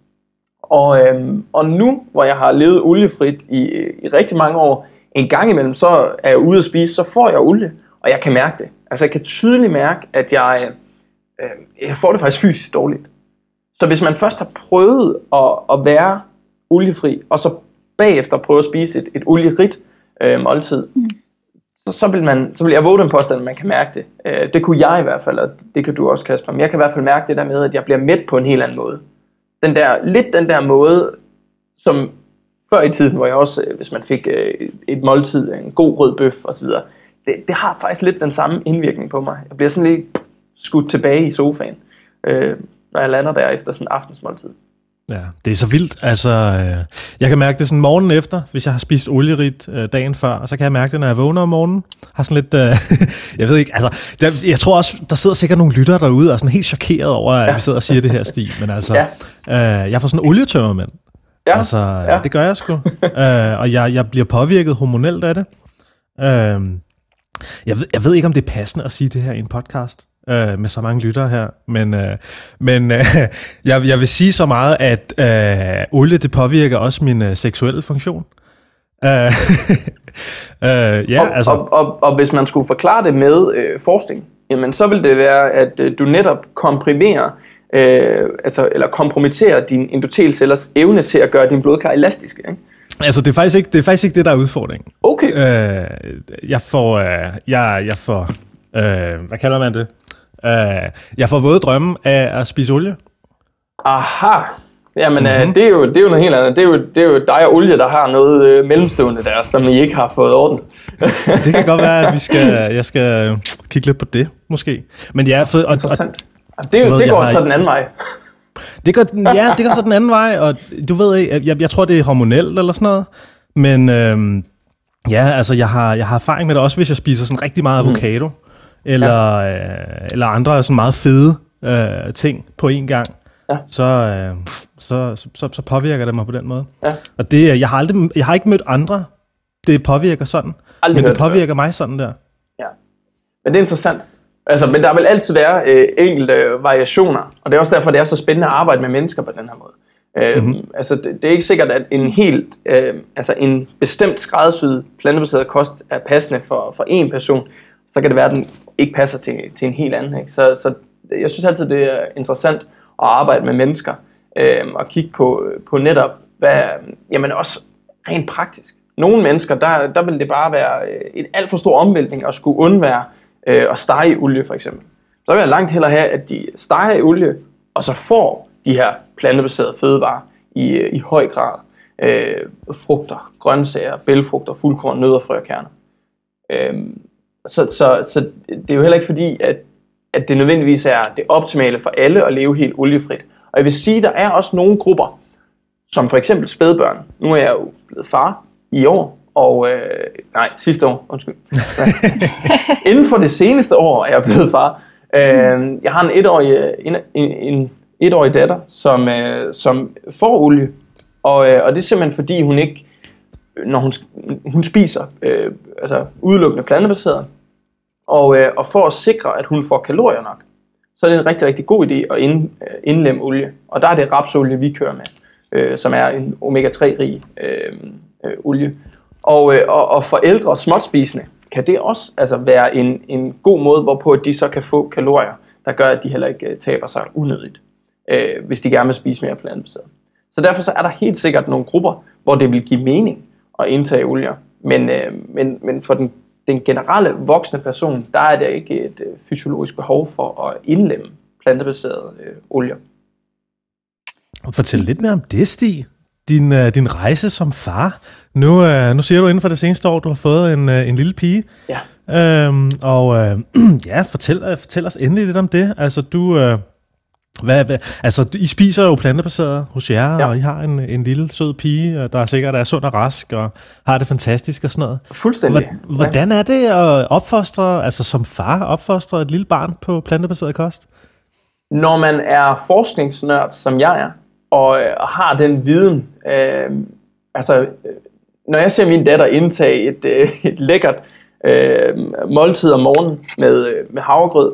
Og, øh, og nu, hvor jeg har levet oliefrit i, i rigtig mange år, en gang imellem, så er jeg ude at spise, så får jeg olie, og jeg kan mærke det. Altså jeg kan tydeligt mærke, at jeg, øh, jeg får det faktisk fysisk dårligt. Så hvis man først har prøvet at, at være oliefri, og så bagefter prøve at spise et, et olierigt øh, måltid, mm. så, så, vil man, så vil jeg våge den påstand, at man kan mærke det. Øh, det kunne jeg i hvert fald, og det kan du også, Kasper. Men jeg kan i hvert fald mærke det der med, at jeg bliver mæt på en helt anden måde. Den der, lidt den der måde, som før i tiden, hvor jeg også, hvis man fik øh, et måltid, en god rød bøf osv., det, det har faktisk lidt den samme indvirkning på mig. Jeg bliver sådan lidt skudt tilbage i sofaen, øh, når jeg lander der efter sådan en aftensmåltid. Ja, det er så vildt. Altså, øh, jeg kan mærke det sådan morgenen efter, hvis jeg har spist olierigt øh, dagen før, og så kan jeg mærke det, når jeg vågner om morgenen. Har sådan lidt, øh, jeg ved ikke, altså, der, jeg tror også, der sidder sikkert nogle lyttere derude, og er sådan helt chokeret over, at ja. vi sidder og siger det her, Stig. Men altså, ja. øh, jeg får sådan en olietømmermænd. Ja. Altså, ja. det gør jeg sgu. øh, og jeg, jeg bliver påvirket hormonelt af det. Øh, jeg, ved, jeg ved ikke, om det er passende at sige det her i en podcast. Øh, med så mange lyttere her, men, øh, men øh, jeg, jeg vil sige så meget, at øh, olie det påvirker også min øh, seksuelle funktion. Øh, øh, ja, og, altså. og, og, og hvis man skulle forklare det med øh, forskning, jamen så vil det være, at øh, du netop komprimerer, øh, altså, eller kompromitterer dine endotelcellers evne til at gøre din blodkar elastiske, ikke? Altså, det er faktisk ikke det, er faktisk ikke det der er udfordringen. Okay. Øh, jeg får, øh, jeg, jeg får, øh, hvad kalder man det? Uh, jeg får våde drømme af at spise olie. Aha. Jamen, mm-hmm. uh, det, er jo, det er jo noget helt andet. Det er jo, det er jo dig og olie, der har noget uh, mellemstående der, som I ikke har fået ordnet. Det kan godt være, at vi skal, jeg skal kigge lidt på det, måske. Men ja, for, og, interessant. Og, det, ved, det går så den anden vej. Det går, ja, det går så den anden vej, og du ved ikke, jeg, jeg tror, det er hormonelt eller sådan noget. Men øhm, ja, altså, jeg har, jeg har erfaring med det også, hvis jeg spiser sådan rigtig meget avocado. Mm. Eller, ja. øh, eller andre sådan meget fede øh, ting på én gang, ja. så, øh, så, så, så påvirker det mig på den måde. Ja. Og det, jeg har aldrig, jeg har ikke mødt andre, det påvirker sådan, aldrig men det påvirker det. mig sådan der. Ja, men det er interessant. Altså, men der vil altid være øh, enkelte øh, variationer, og det er også derfor, det er så spændende at arbejde med mennesker på den her måde. Øh, mm-hmm. Altså, det, det er ikke sikkert, at en helt, øh, altså en bestemt skræddersyet plantebaseret kost er passende for, for én person. Så kan det være, at den ikke passer til, til en helt anden. Ikke? Så, så jeg synes altid, det er interessant at arbejde med mennesker øh, og kigge på, på netop, hvad, jamen også rent praktisk. Nogle mennesker, der, der vil det bare være en alt for stor omvæltning at skulle undvære øh, at stege i olie for eksempel. Så vil jeg langt hellere have, at de steger i olie, og så får de her plantebaserede fødevarer i, i høj grad. Øh, frugter, grøntsager, bælgfrugter, fuldkorn, nødder, frø og kerner. Øh, Så, så, så det er jo heller ikke fordi, at, at det nødvendigvis er det optimale for alle at leve helt oliefrit. Og jeg vil sige, at der er også nogle grupper, som for eksempel spædbørn. Nu er jeg jo blevet far i år, og øh, nej, sidste år, undskyld. Inden for det seneste år er jeg blevet far. Øh, jeg har en etårig, en, en etårig datter, som, øh, som får olie, og, øh, og det er simpelthen fordi, hun ikke, når hun, hun spiser øh, altså udelukkende plantebaseret, og, øh, og for at sikre, at hun får kalorier nok, så er det en rigtig, rigtig god idé at ind, øh, indlemme olie. Og der er det rapsolie, vi kører med, øh, som er en omega tre rig øh, øh, olie. Og, øh, og, og for ældre og småtspisende kan det også altså være en, en god måde, hvorpå de så kan få kalorier, der gør, at de heller ikke øh, taber sig unødigt, øh, hvis de gerne vil spise mere plantebaseret. Så derfor så er der helt sikkert nogle grupper, hvor det vil give mening at indtage olier. Men, øh, men, men for den den generelle voksne person, der er der ikke et øh, fysiologisk behov for at indlemme plantebaserede øh, olier. Fortæl lidt mere om det, Stig. Din, uh, din rejse som far. Nu, uh, nu siger du inden for det seneste år, du har fået en, uh, en lille pige. Ja. Øhm, og uh, ja, fortæl, uh, fortæl os endelig lidt om det. Altså, du... Uh, hvad, hvad, altså, I spiser jo plantebaseret hos jer, ja. Og I har en, en lille sød pige, der sikkert er sund og rask, og har det fantastisk og sådan noget. Fuldstændig. Hvordan er det at opfostre, altså som far, opfostre et lille barn på plantebaseret kost? Når man er forskningsnørd, som jeg er, og, og har den viden, øh, altså, øh, når jeg ser min datter indtage et, øh, et lækkert øh, måltid om morgenen med, øh, med havregrød,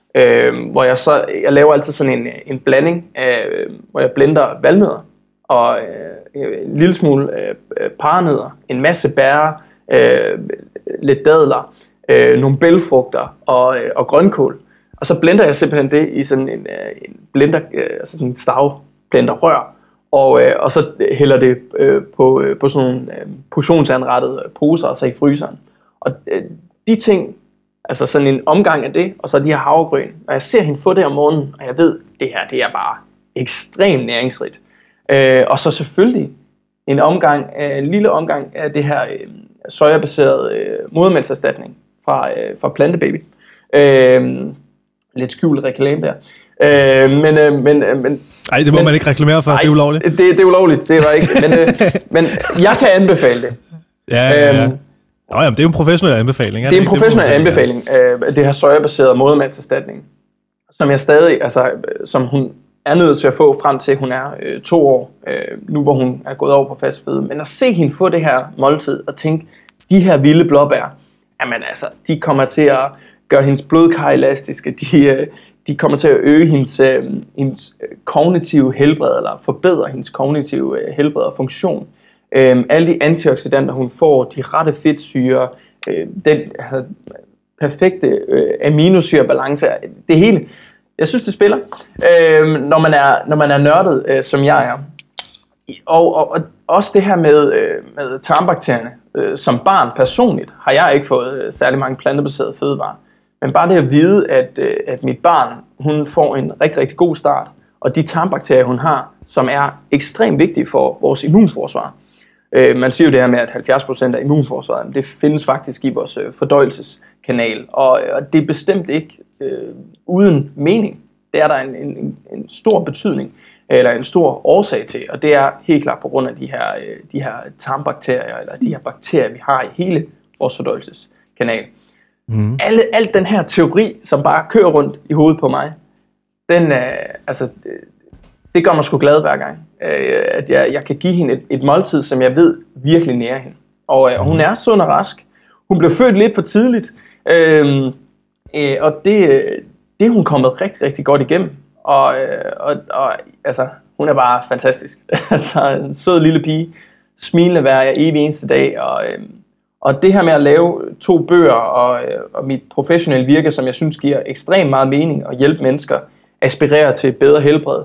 øh, hvor jeg så, jeg laver altid sådan en, en blanding, øh, hvor jeg blender valnødder, og øh, en lille smule øh, paranødder, en masse bær, øh, lidt dadler, øh, nogle bælgfrugter og, øh, og grønkål. Og så blender jeg simpelthen det i sådan en, en blender, altså sådan en stavblenderrør, og, øh, og så hælder det øh, på, øh, på sådan nogle øh, portionsanrettede poser, og så i fryseren. Og øh, de ting, altså sådan en omgang af det, og så de her havregryn, og jeg ser hende få det om morgenen, og jeg ved, det her, det er bare ekstremt næringsrigt. Øh, og så selvfølgelig en omgang, øh, en lille omgang af det her øh, sojabaserede øh, modermælkserstatning fra, øh, fra Plantebaby. Øh, lidt skjult reklame der. Øh, men, øh, men, øh, men, Ej, det må men, man ikke reklamere for, ej, det er ulovligt. Det, det er ulovligt, det var ikke. Men, øh, men jeg kan anbefale det. Ja, ja, ja. Øhm, Nå, jamen, det er jo en professionel anbefaling. Er det er en professionel det, anbefaling, øh, det her sojabaserede modermælkserstatning, som jeg stadig, altså, som hun er nødt til at få frem til, hun er øh, to år, øh, nu hvor hun er gået over på fast føde. Men at se hende få det her måltid og tænke, de her vilde blåbær, jamen altså, de kommer til at gøre hendes blodkar elastiske, de, de kommer til at øge hendes, hendes kognitive helbred, eller forbedre hendes kognitive helbred og funktion. Alle de antioxidanter, hun får, de rette fedtsyrer, den perfekte aminosyrebalance, det hele. Jeg synes, det spiller, når man er, når man er nørdet, som jeg er. Og, og, og også det her med, med tarmbakterierne. Som barn personligt har jeg ikke fået særlig mange plantebaserede fødevarer. Men bare det at vide, at, at mit barn hun får en rigtig, rigtig god start, og de tarmbakterier, hun har, som er ekstremt vigtige for vores immunforsvar. Øh, man siger jo det her med, at halvfjerds procent af immunforsvaret, det findes faktisk i vores øh, fordøjelseskanal, og, og det er bestemt ikke øh, uden mening. Det er der en, en, en stor betydning, eller en stor årsag til, og det er helt klart på grund af de her, øh, de her tarmbakterier, eller de her bakterier, vi har i hele vores fordøjelseskanal. Mm. Alle, alt den her teori, som bare kører rundt i hovedet på mig, den, øh, altså, det, det gør mig sgu glad hver gang. Øh, at jeg, jeg kan give hende et, et måltid, som jeg ved virkelig nærer hende. Og øh, hun er sund og rask. Hun blev født lidt for tidligt. Øh, øh, og det, det er hun kommet rigtig, rigtig godt igennem. Og, øh, og, og altså, hun er bare fantastisk. Altså en sød lille pige. Smilende hver evig eneste dag. Og... Øh, Og det her med at lave to bøger og, og mit professionelle virke, som jeg synes giver ekstremt meget mening og hjælpe mennesker aspirere til et bedre helbred,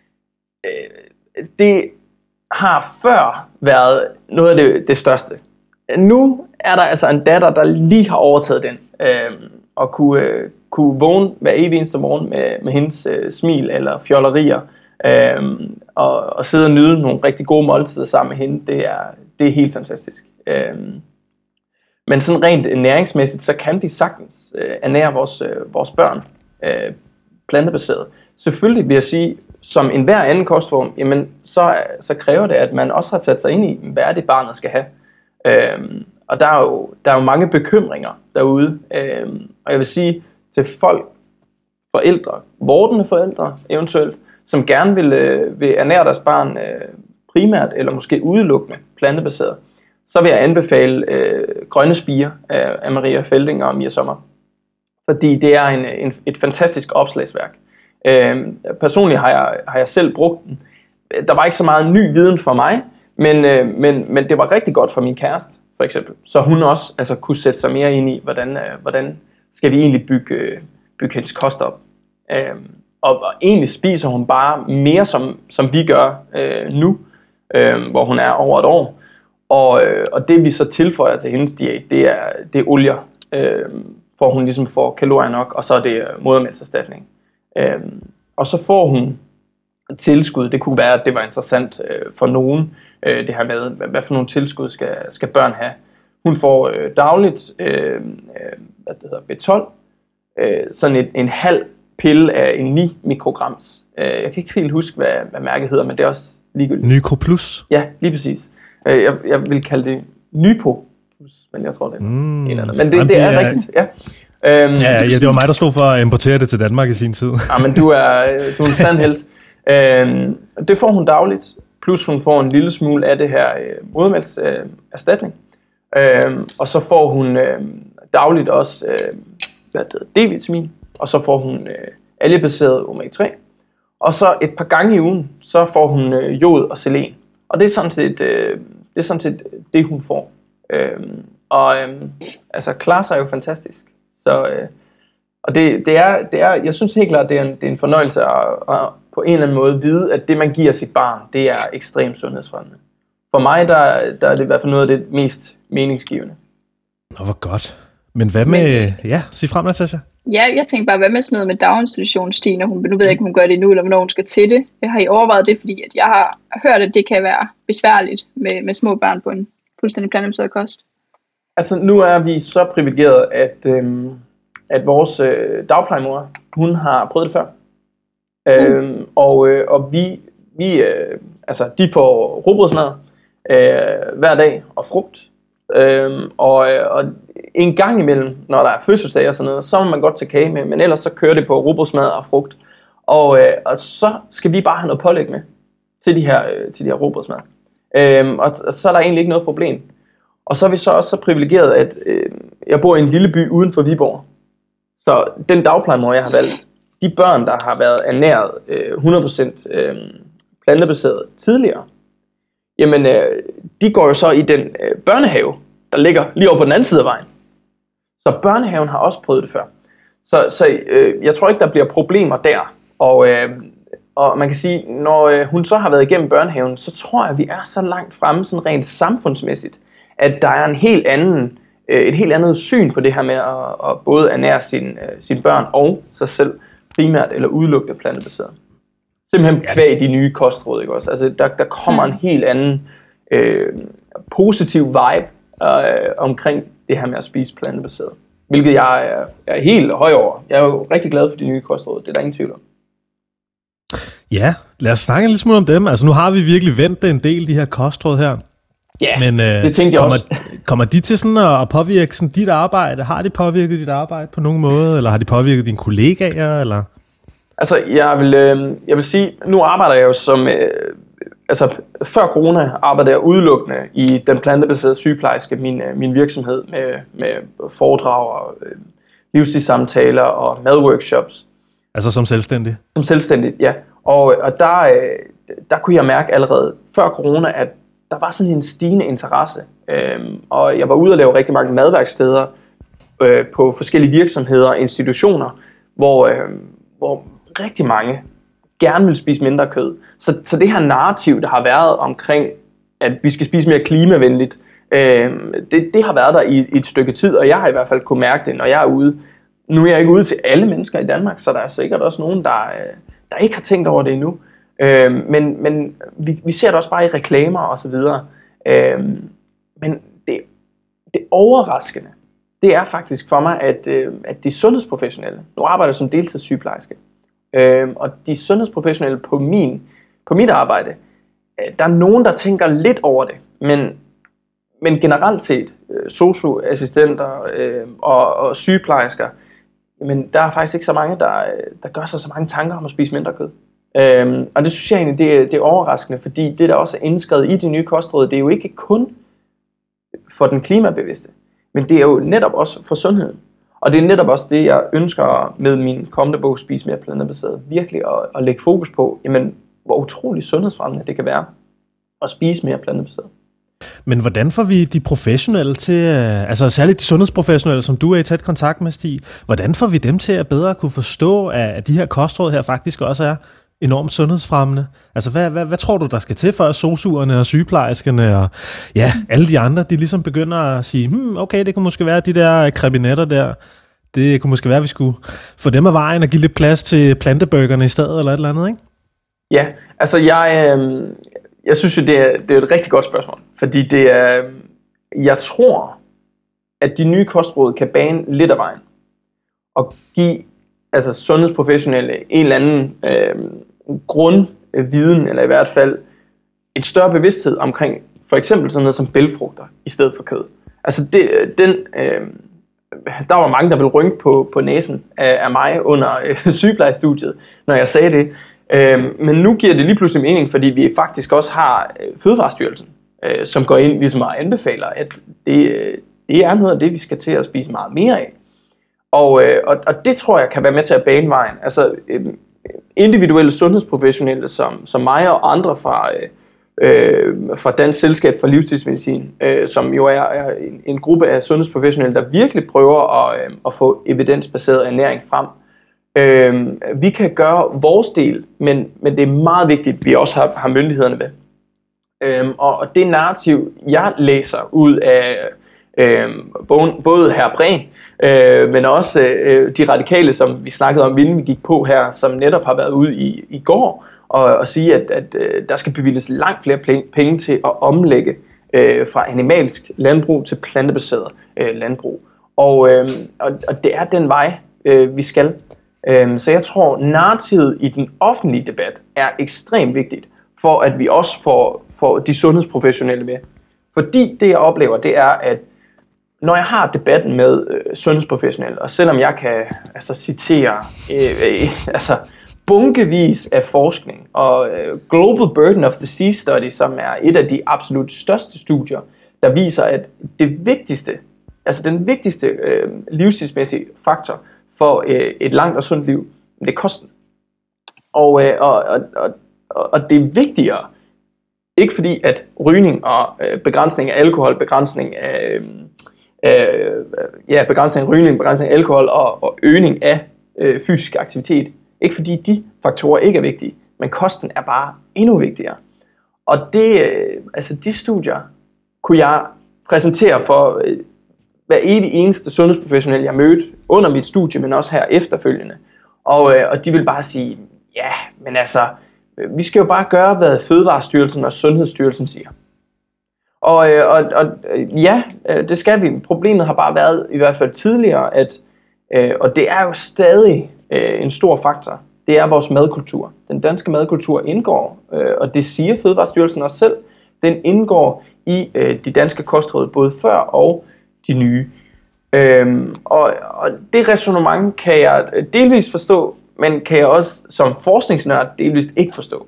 det har før været noget af det, det største. Nu er der altså en datter, der lige har overtaget den, øh, og kunne, øh, kunne vågne hver evig eneste morgen med, med hendes øh, smil eller fjollerier, øh, og, og sidde og nyde nogle rigtig gode måltider sammen med hende. Det er, det er helt fantastisk. Øh, Men sådan rent næringsmæssigt, så kan vi sagtens øh, ernære vores, øh, vores børn øh, plantebaseret. Selvfølgelig vil jeg sige, som enhver anden kostform, jamen, så, så kræver det, at man også har sat sig ind i, hvad er det barnet skal have. Øhm, og der er, jo, der er jo mange bekymringer derude. Øhm, og jeg vil sige til folk, forældre, vordende forældre eventuelt, som gerne vil, øh, vil ernære deres barn øh, primært eller måske udelukkende plantebaseret, så vil jeg anbefale øh, Grønne Spirer af, af Maria Felding og Mia Sommer. Fordi det er en, en, et fantastisk opslagsværk. Øh, personligt har jeg, har jeg selv brugt den. Der var ikke så meget ny viden for mig, men, øh, men, men det var rigtig godt for min kæreste, for eksempel. Så hun også altså, kunne sætte sig mere ind i, hvordan, øh, hvordan skal vi egentlig bygge, øh, bygge hendes kost op. Øh, og, og egentlig spiser hun bare mere, som, som vi gør øh, nu, øh, hvor hun er over et år. Og, øh, og det vi så tilføjer til hendes diæt, det er, det er olier. øh, for hun ligesom får kalorier nok, og så er det modermælkserstatning. Øh, og så får hun tilskud. Det kunne være, at det var interessant øh, for nogen, øh, det her med, hvad, hvad for nogle tilskud skal, skal børn have. Hun får øh, dagligt øh, hvad det hedder, B tolv, øh, sådan et, en halv pille af en ni mikrograms. Øh, jeg kan ikke helt huske, hvad, hvad mærket hedder, men det er også ligegyldigt. Nyko Plus? Ja, lige præcis. Øh, jeg, jeg vil kalde det Nypo Plus, men jeg tror, det er mm. en eller anden. Men det, Jamen, det, det er, er rigtigt, ja. Øhm, ja, ja, det var mig, der stod for at importere det til Danmark i sin tid. Ja, men du er, du er en sand helt. Øhm, det får hun dagligt, plus hun får en lille smule af det her øh, modermælkserstatning. Øh, øhm, og så får hun øh, dagligt også øh, hvad det hedder, D-vitamin, og så får hun øh, algebaseret omega tre. Og så et par gange i ugen, så får hun øh, jod og selen. Og det er sådan set, øh, det, er sådan set det, hun får. Øh, og øh, altså, klarer sig jo fantastisk. Så, øh, og det, det, er, det er, jeg synes helt klart, det er en, det er en fornøjelse at, at på en eller anden måde vide, at det, man giver sit barn, det er ekstremt sundhedsfremmende. For mig, der, der er det i hvert fald noget af det mest meningsgivende. Nå, hvor godt. Men hvad med... Men, ja, sig frem, Natasha. Ja, jeg tænker bare, hvad med sådan noget med daginstitutionsstigen, og hun, nu ved jeg ikke, om hun gør det nu, eller hvornår hun skal til det. Jeg har I overvejet det, fordi at jeg har hørt, at det kan være besværligt med, med små børn på en fuldstændig plantebaseret kost. Altså, nu er vi så privilegeret, at, øhm, at vores øh, dagplejemor, hun har prøvet det før. Mm. Øhm, og, øh, og vi, vi øh, altså, de får rugbrødsmad øh, hver dag og frugt. Øhm, og, øh, og en gang imellem, når der er fødselsdag og sådan noget, så må man godt tage kage med, men ellers så kører det på rugbrødsmad og frugt. Og, øh, og så skal vi bare have noget pålæg med til de her, øh, til de her rugbrødsmad. Øhm, og, og så er der egentlig ikke noget problem. Og så er vi så også så privilegeret, at øh, jeg bor i en lille by uden for Viborg. Så den dagplejemor, jeg har valgt, de børn, der har været ernæret øh, hundrede procent øh, plantebaseret tidligere, jamen øh, de går jo så i den øh, børnehave, der ligger lige over på den anden side af vejen. Så børnehaven har også prøvet det før. Så, så øh, jeg tror ikke, der bliver problemer der. Og, øh, og man kan sige, når øh, hun så har været igennem børnehaven, så tror jeg, at vi er så langt fremme sådan rent samfundsmæssigt, at der er en helt anden, øh, et helt andet syn på det her med at, at både ernære sine øh, sin børn og sig selv primært eller udelukkende plantebaseret. Simpelthen kvæg de nye kostråd, ikke også? Altså der, der kommer en helt anden øh, positiv vibe øh, omkring det her med at spise plantebaseret. Hvilket jeg er, er helt høj over. Jeg er jo rigtig glad for de nye kostråd, det er der ingen tvivl om. Ja, lad os snakke lidt smule om dem. Altså nu har vi virkelig vendt en del, de her kostråd her. Ja, men, øh, det tænkte jeg kommer, også. Kommer de til sådan at påvirke sådan dit arbejde? Har de påvirket dit arbejde på nogen måde? Eller har de påvirket dine kollegaer? Eller? Altså, jeg vil, øh, jeg vil sige, nu arbejder jeg jo som... Øh, altså, før corona arbejdede jeg udelukkende i den plantebaserede sygeplejerske, min, øh, min virksomhed med, med foredrag og øh, livsstilssamtaler og madworkshops. Altså som selvstændig? Som selvstændig, ja. Og, og der, øh, der kunne jeg mærke allerede før corona, at der var sådan en stigende interesse. Øhm, og jeg var ude og lave rigtig mange madværksteder øh, på forskellige virksomheder og institutioner, hvor, øh, hvor rigtig mange gerne vil spise mindre kød. Så, så det her narrativ, der har været omkring, at vi skal spise mere klimavenligt, øh, det, det har været der i, i et stykke tid, og jeg har i hvert fald kunne mærke det, når jeg er ude. Nu er jeg ikke ude til alle mennesker i Danmark, så der er sikkert også nogen, der, der ikke har tænkt over det endnu. Øh, men men vi, vi ser det også bare i reklamer og så videre. Øh, men det, det overraskende, det er faktisk for mig, at, øh, at de sundhedsprofessionelle, nu arbejder jeg som deltidssygeplejerske, øh, og de sundhedsprofessionelle på, min, på mit arbejde, øh, der er nogen, der tænker lidt over det, men, men generelt set, øh, sosu-assistenter øh, og, og sygeplejersker, men der er faktisk ikke så mange, der, der gør sig så mange tanker om at spise mindre kød. Øhm, og det synes jeg egentlig, det er, det er overraskende, fordi det, der også er indskrevet i de nye kostråd, det er jo ikke kun for den klimabevidste, men det er jo netop også for sundheden. Og det er netop også det, jeg ønsker med min kommende bog, Spise mere plantebaseret, virkelig at, at lægge fokus på, jamen, hvor utrolig sundhedsfremmende det kan være at spise mere plantebaseret. Men hvordan får vi de professionelle til, altså særligt de sundhedsprofessionelle, som du er i tæt kontakt med, Stig, hvordan får vi dem til at bedre kunne forstå, at de her kostråd her faktisk også er enormt sundhedsfremmende. Altså, hvad, hvad, hvad tror du, der skal til for, at sosuerne og sygeplejerskerne og ja, alle de andre, de ligesom begynder at sige, hmm, okay, det kunne måske være de der krebinetter der, det kunne måske være, at vi skulle få dem af vejen og give lidt plads til planteburgerne i stedet, eller et eller andet, ikke? Ja, altså jeg, øh, jeg synes jo, det er, det er et rigtig godt spørgsmål, fordi det er, jeg tror, at de nye kostråd kan bane lidt af vejen og give altså sundhedsprofessionelle en eller anden øh, grundviden, eller i hvert fald et større bevidsthed omkring for eksempel sådan noget som bælgfrugter i stedet for kød. Altså det, den, øh, der var mange, der ville rynke på, på næsen af, af mig under øh, sygeplejestudiet, når jeg sagde det. Øh, men nu giver det lige pludselig mening, fordi vi faktisk også har øh, Fødevarestyrelsen, øh, som går ind ligesom og anbefaler, at det, øh, det er noget af det, vi skal til at spise meget mere af. Og, øh, og, og det tror jeg kan være med til at bane vejen. Altså øh, individuelle sundhedsprofessionelle som, som mig og andre fra, øh, fra Dansk Selskab for Livsstilsmedicin, øh, som jo er, er en, en gruppe af sundhedsprofessionelle, der virkelig prøver at, øh, at få evidensbaseret ernæring frem. Øh, vi kan gøre vores del, men, men det er meget vigtigt, at vi også har, har myndighederne med. Øh, og, og det narrativ, jeg læser ud af øh, både herr Prehn, Øh, men også øh, de radikale, som vi snakkede om, inden vi gik på her, som netop har været ude i, i går, og, og sige, at, at øh, der skal bevilges langt flere penge til at omlægge øh, fra animalsk landbrug til plantebaseret øh, landbrug. Og, øh, og, og det er den vej, øh, vi skal. Øh, så jeg tror, narrativet i den offentlige debat er ekstremt vigtigt, for at vi også får, får de sundhedsprofessionelle med. Fordi det, jeg oplever, det er, at når jeg har debatten med øh, sundhedsprofessionelle, og selvom jeg kan altså, citere øh, øh, altså, bunkevis af forskning, og øh, Global Burden of Disease Study, som er et af de absolut største studier, der viser, at det vigtigste, altså den vigtigste øh, livsstilsmæssige faktor for øh, et langt og sundt liv, det er kosten. Og, øh, og, og, og, og det er vigtigere, ikke fordi at rygning og øh, begrænsning af alkohol, begrænsning af øh, Øh, ja, begrænsning af rygning, begrænsning af alkohol og, og øgning af øh, fysisk aktivitet. Ikke fordi de faktorer ikke er vigtige, men kosten er bare endnu vigtigere. Og det, øh, altså de studier kunne jeg præsentere for øh, hver evig eneste sundhedsprofessionel, jeg mødte under mit studie, men også her efterfølgende. Og, øh, og de vil bare sige, ja, men altså, øh, vi skal jo bare gøre, hvad Fødevarestyrelsen og Sundhedsstyrelsen siger. Og, og, og ja, det skal vi. Problemet har bare været, i hvert fald tidligere, at, og det er jo stadig en stor faktor, det er vores madkultur. Den danske madkultur indgår, og det siger Fødevarestyrelsen også selv, den indgår i de danske kostråd, både før og de nye. Og, og det ræsonnement kan jeg delvis forstå, men kan jeg også som forskningsnørd delvis ikke forstå.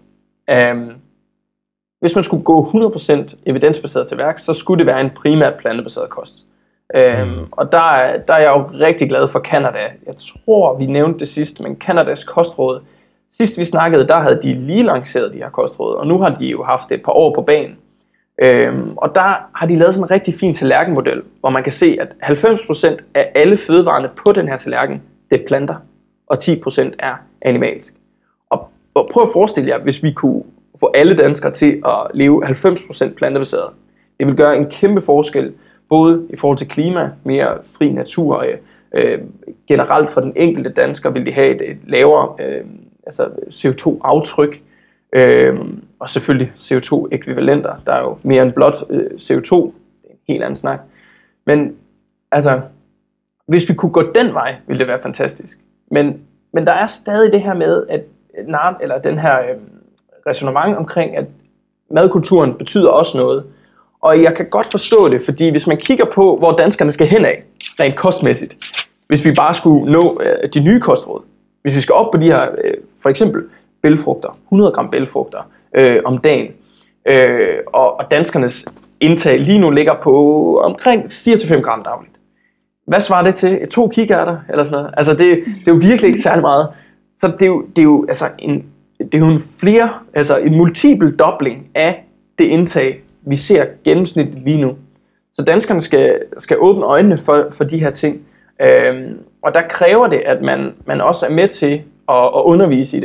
Hvis man skulle gå hundrede procent evidensbaseret til værk, så skulle det være en primært plantebaseret kost. Mm. Øhm, og der er, der er jeg jo rigtig glad for Canada. Jeg tror, vi nævnte det sidst, men Canadas kostråd, sidst vi snakkede, der havde de lige lanceret de her kostråd, og nu har de jo haft et par år på banen. Øhm, og der har de lavet sådan en rigtig fin tallerkenmodel, hvor man kan se, at halvfems procent af alle fødevarene på den her tallerken, det er planter, og ti procent er animalsk. Og, og prøv at forestille jer, hvis vi kunne få alle danskere til at leve halvfems procent plantebaseret. Det vil gøre en kæmpe forskel, både i forhold til klima, mere fri natur, øh, generelt for den enkelte dansker vil de have et, et lavere øh, altså C O to aftryk, øh, og selvfølgelig C O to ekvivalenter. Der er jo mere end blot øh, C O to, det er en helt anden snak. Men altså, hvis vi kunne gå den vej, ville det være fantastisk. Men, men der er stadig det her med, at eller den her øh, ræsonnement omkring, at madkulturen betyder også noget. Og jeg kan godt forstå det, fordi hvis man kigger på, hvor danskerne skal hen af, rent kostmæssigt, hvis vi bare skulle nå øh, de nye kostråd, hvis vi skal op på de her, øh, for eksempel bælgfrugter, hundrede gram bælgfrugter øh, om dagen, øh, og, og danskernes indtag lige nu ligger på omkring fire til fem gram dagligt. Hvad svarer det til? To kikærter eller sådan noget? Altså det, det er jo virkelig ikke særlig meget. Så det er jo, det er jo altså en Det er jo en flere, altså en multiple dobling af det indtag, vi ser gennemsnitligt lige nu. Så danskerne skal, skal åbne øjnene for, for de her ting. Øhm, og der kræver det, at man, man også er med til at, at undervise i det.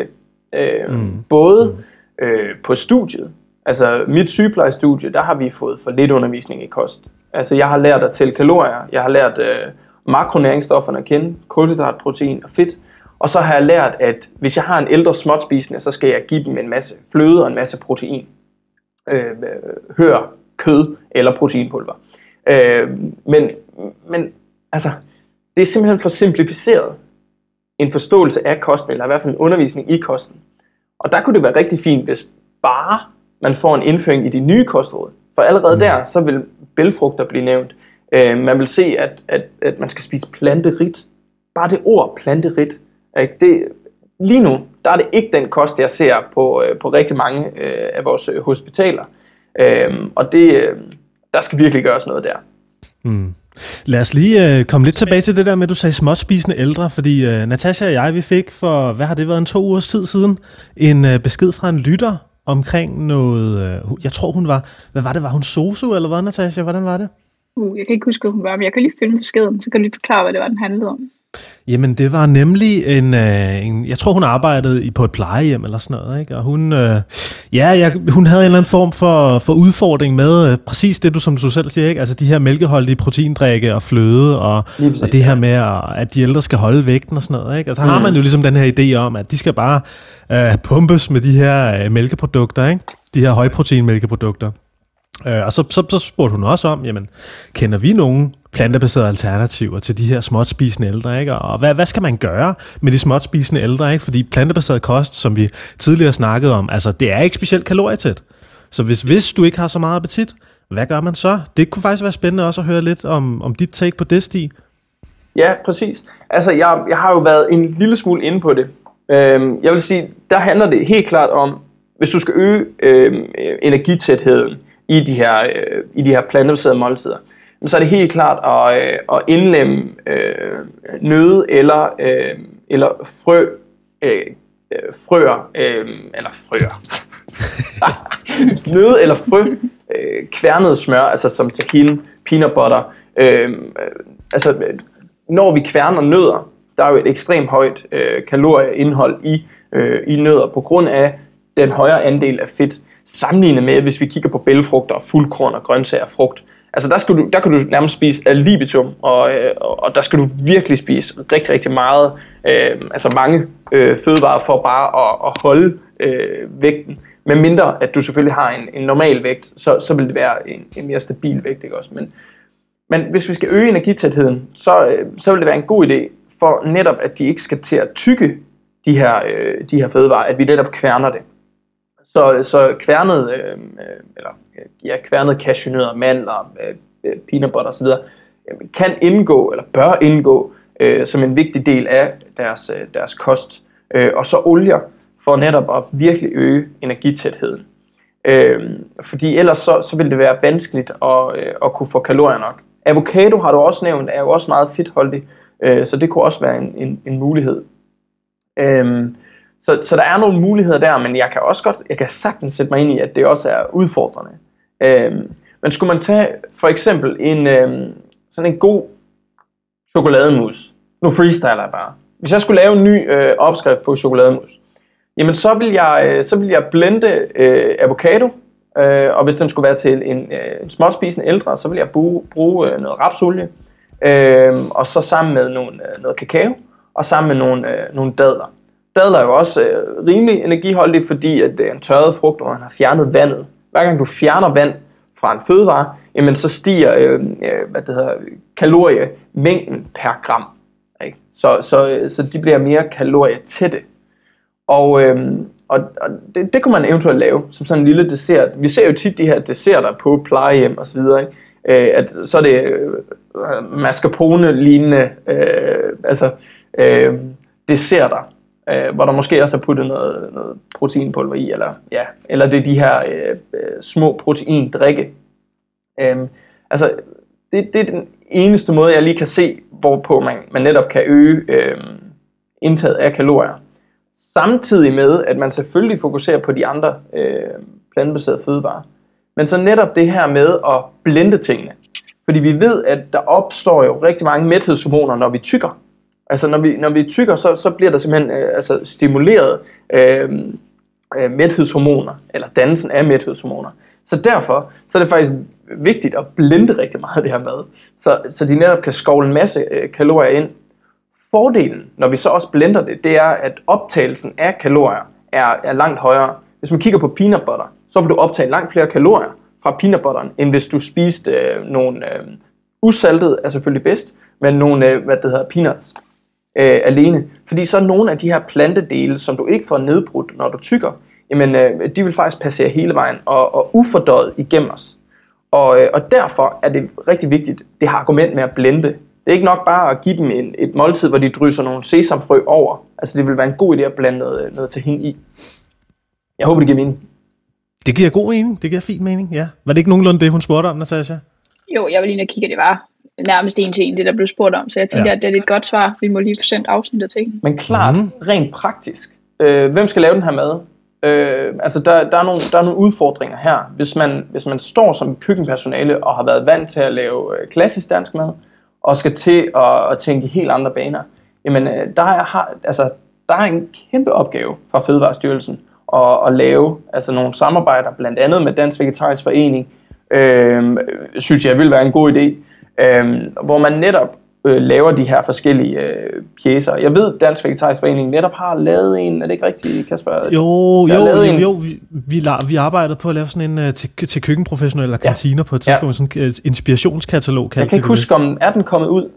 Øh, mm. Både øh, på studiet, altså mit sygeplejestudie, der har vi fået for lidt undervisning i kost. Altså jeg har lært at tælle kalorier, jeg har lært øh, makronæringsstofferne at kende, kulhydrat, protein og fedt. Og så har jeg lært, at hvis jeg har en ældre småtspisende, så skal jeg give dem en masse fløde og en masse protein. Øh, hør, kød eller proteinpulver. Øh, men, men altså, det er simpelthen for simplificeret en forståelse af kosten, eller i hvert fald en undervisning i kosten. Og der kunne det være rigtig fint, hvis bare man får en indføring i de nye kostråd. For allerede mm. der, så vil bælgfrugter blive nævnt. Øh, man vil se, at, at, at man skal spise planterigt. Bare det ord, planterigt. Det, lige nu, der er det ikke den kost, jeg ser på, på rigtig mange øh, af vores hospitaler. Øh, og det, øh, der skal virkelig gøres noget der. Mm. Lad os lige øh, komme lidt tilbage til det der med, at du sagde småtspisende ældre, fordi øh, Natasha og jeg, vi fik for, hvad har det været, en to ugers tid siden, en øh, besked fra en lytter omkring noget, øh, jeg tror hun var, hvad var det, var hun sosu, eller hvad, Natasha, hvordan var det? Uh, jeg kan ikke huske, hvad hun var, men jeg kan lige finde beskeden, så kan du lige forklare, hvad det var, den handlede om. Jamen, det var nemlig en, øh, en jeg tror, hun arbejdede i, på et plejehjem eller sådan noget, ikke? Og hun, øh, ja, jeg, hun havde en eller anden form for, for udfordring med øh, præcis det, du, som du selv siger, ikke? Altså de her mælkeholdige proteindrikke og fløde, og, og det her med, at de ældre skal holde vægten og sådan noget, ikke? Altså mm. har man jo ligesom den her idé om, at de skal bare øh, pumpes med de her øh, mælkeprodukter, ikke? De her højproteinmælkeprodukter. Øh, og så, så, så spurgte hun også om, jamen, kender vi nogle plantebaserede alternativer til de her småtspisende ældre, ikke? Og hvad, hvad skal man gøre med de småtspisende ældre, ikke? Fordi plantebaseret kost, som vi tidligere snakkede om, altså det er ikke specielt kalorietæt. Så hvis, hvis du ikke har så meget appetit, hvad gør man så? Det kunne faktisk være spændende også at høre lidt om, om dit take på det, Stig. Ja, præcis. Altså, jeg, jeg har jo været en lille smule inde på det. Øhm, jeg vil sige, der handler det helt klart om, hvis du skal øge øhm, energitætheden i de her, øh, i de her plantebaserede måltider, så er det helt klart at, øh, at indlemme øh, nøde eller, øh, eller frø, øh, frøer, øh, eller frøer, nøde eller frø, øh, kværnet smør, altså som tahin, peanut butter. Øh, altså, når vi kværner nødder, der er jo et ekstremt højt øh, kalorieindhold i, øh, i nødder, på grund af den højere andel af fedt, sammenlignet med, hvis vi kigger på bælgfrugter, fuldkorn og grøntsager og frugt. Altså der, skal du, der kan du nærmest spise ad libitum, og, og, og der skal du virkelig spise rigtig, rigtig meget, øh, altså mange øh, fødevarer for bare at, at holde øh, vægten. Men mindre, at du selvfølgelig har en, en normal vægt, så, så vil det være en, en mere stabil vægt, ikke også? Men, men hvis vi skal øge energitætheden, så, øh, så vil det være en god idé, for netop, at de ikke skal til at tykke de her, øh, de her fødevarer, at vi netop kværner det. Så, så kværnet, øh, eller ja, kværnet cashewnødder, mandler, øh, peanut butter osv. kan indgå, eller bør indgå, øh, som en vigtig del af deres, øh, deres kost. Øh, og så olier, for netop at virkelig øge energitætheden. Øh, fordi ellers så, så vil det være vanskeligt at, øh, at kunne få kalorier nok. Avocado har du også nævnt, er jo også meget fedtholdig, øh, så det kunne også være en, en, en mulighed. Øh, Så, så der er nogle muligheder der, men jeg kan også godt, jeg kan sagtens sætte mig ind i, at det også er udfordrende. Øhm, men skulle man tage for eksempel en øhm, sådan en god chokolademus, nu freestyler jeg bare. Hvis jeg skulle lave en ny øh, opskrift på chokolademus, jamen så vil jeg, øh, så vil jeg blende øh, avocado, øh, og hvis den skulle være til en, øh, en småspisende ældre, så vil jeg bruge, bruge øh, noget rapsolie, øh, og så sammen med nogle, øh, noget kakao, og sammen med nogle, øh, nogle dadler. Dadler er jo også øh, rimelig energiholdig, fordi at det er en tørret frugt, hvor man har fjernet vandet. Hver gang du fjerner vand fra en fødevare, jamen så stiger øh, øh, hvad det hedder, kaloriemængden per gram. Ikke? Så, så, så de bliver mere kalorietætte. Og, øh, og, og det, det kunne man eventuelt lave som sådan en lille dessert. Vi ser jo tit de her desserter på plejehjem og så videre, ikke? Øh, at så er det øh, mascarpone-lignende øh, altså, øh, desserter, Øh, hvor der måske også er puttet noget, noget proteinpulver i, eller, ja, eller det er de her øh, øh, små proteindrikke. Øhm, altså, det, det er den eneste måde, jeg lige kan se, hvorpå man, man netop kan øge øh, indtaget af kalorier. Samtidig med, at man selvfølgelig fokuserer på de andre øh, plantebaserede fødevarer. Men så netop det her med at blende tingene. Fordi vi ved, at der opstår jo rigtig mange mæthedshormoner, når vi tykker. Altså når vi, når vi tykker, så, så bliver der simpelthen øh, altså stimuleret øh, øh, mæthedshormoner, eller dannelsen af mæthedshormoner. Så derfor så er det faktisk vigtigt at blende rigtig meget af det her mad, så, så de netop kan skovle en masse øh, kalorier ind. Fordelen, når vi så også blender det, det er, at optagelsen af kalorier er, er langt højere. Hvis man kigger på peanut butter, så vil du optage langt flere kalorier fra peanut butteren, end hvis du spiste øh, nogle øh, usaltede, er selvfølgelig bedst, men nogle, øh, hvad det hedder, peanuts øh, alene. Fordi så er nogle af de her plantedele, som du ikke får nedbrudt, når du tykker, jamen øh, de vil faktisk passere hele vejen og, og ufordøjet igennem os. Og, øh, og derfor er det rigtig vigtigt, det har argument med at blende. Det er ikke nok bare at give dem en, et måltid, hvor de drysser nogle sesamfrø over. Altså det vil være en god idé at blande noget, noget tahin i. Jeg håber, det giver mening. Det giver god mening. Det giver fin mening, ja. Var det ikke nogenlunde det, hun spurgte om, Natasha? Jo, jeg vil lige kigge, at det var nærmest en til en, det der blev spurgt om. Så jeg tænker, ja. at det er et godt svar. Vi må lige få sendt afsnittet til hende. Men klart, mm. rent praktisk. Øh, hvem skal lave den her mad? Øh, altså der, der, er nogle, der er nogle udfordringer her. Hvis man, hvis man står som køkkenpersonale og har været vant til at lave klassisk dansk mad, og skal til at, at tænke i helt andre baner, jamen der er, altså, der er en kæmpe opgave fra Fødevarestyrelsen at, at lave altså nogle samarbejder, blandt andet med Dansk Vegetarisk Forening, øh, synes jeg vil være en god idé, øh, hvor man netop øh, laver de her forskellige øh, pjecer. Jeg ved, Dansk Vegetarisk Forening netop har lavet en, er det ikke rigtigt, Kasper? Jo, jo, jo, en... jo, vi, vi, vi arbejdede på at lave sådan en uh, til, til køkkenprofessionelle og kantiner ja. på et tidspunkt, ja. sådan en uh, inspirationskatalog. Jeg kan ikke huske, om er den kommet ud?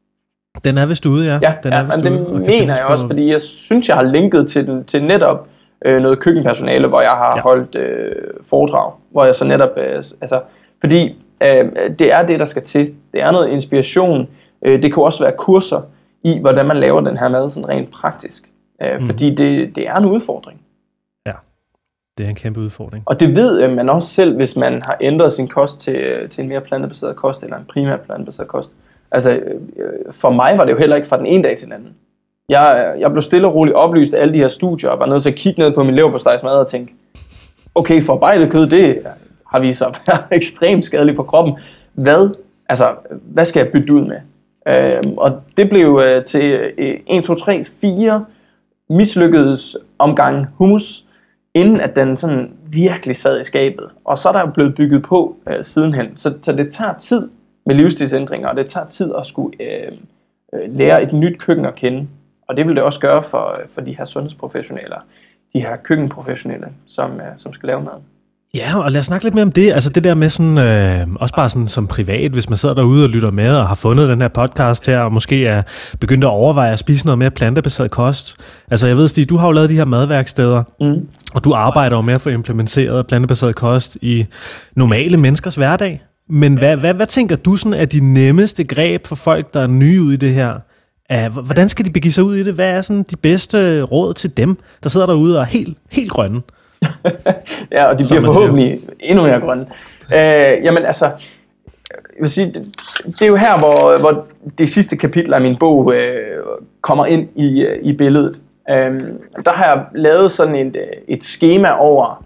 Den er vist ude, ja. Ja, den ja er vist men ude, det mener jeg også, på... fordi jeg synes, jeg har linket til, den, til netop øh, noget køkkenpersonale, hvor jeg har ja. holdt øh, foredrag, hvor jeg så netop, øh, altså, fordi øh, det er det, der skal til. Det er noget inspiration. Øh, det kan også være kurser i, hvordan man laver den her mad sådan rent praktisk. Øh, mm. Fordi det, det er en udfordring. Ja, det er en kæmpe udfordring. Og det ved øh, man også selv, hvis man har ændret sin kost til, til en mere plantebaseret kost, eller en primær plantebaseret kost. Altså, øh, for mig var det jo heller ikke fra den ene dag til den anden. Jeg, jeg blev stille og roligt oplyst af alle de her studier, og var nødt til at kigge ned på min leverpostejsmad og tænke, okay, forarbejdet kød, det har vist sig at være ekstremt skadeligt for kroppen. Hvad, altså, hvad skal jeg bytte ud med? Øh, og det blev øh, til øh, en, to, tre, fire mislykkedes omgange hummus, inden at den sådan virkelig sad i skabet. Og så er der jo blevet bygget på øh, sidenhen. Så, så det tager tid med livsstilsændringer, og det tager tid at skulle øh, øh, lære et nyt køkken at kende. Og det vil det også gøre for, for de her sundhedsprofessionelle, de her køkkenprofessionelle, som, øh, som skal lave mad. Ja, og lad os snakke lidt mere om det. Altså det der med sådan, øh, også bare sådan som privat, hvis man sidder derude og lytter med og har fundet den her podcast her, og måske er begyndt at overveje at spise noget mere plantebaseret kost. Altså jeg ved, Stig, du har jo lavet de her madværksteder, mm. og du arbejder jo med at få implementeret plantebaseret kost i normale menneskers hverdag. Men hvad, hvad, hvad tænker du sådan er de nemmeste greb for folk, der er nye ud i det her? Uh, hvordan skal de begive sig ud i det? Hvad er sådan de bedste råd til dem, der sidder derude og er helt, helt grønne? Ja, og de bliver forhåbentlig endnu mere grønne. Uh, jamen altså, jeg vil sige, det, det er jo her, hvor, hvor det sidste kapitel af min bog uh, kommer ind i, uh, i billedet. Uh, der har jeg lavet sådan et, et skema over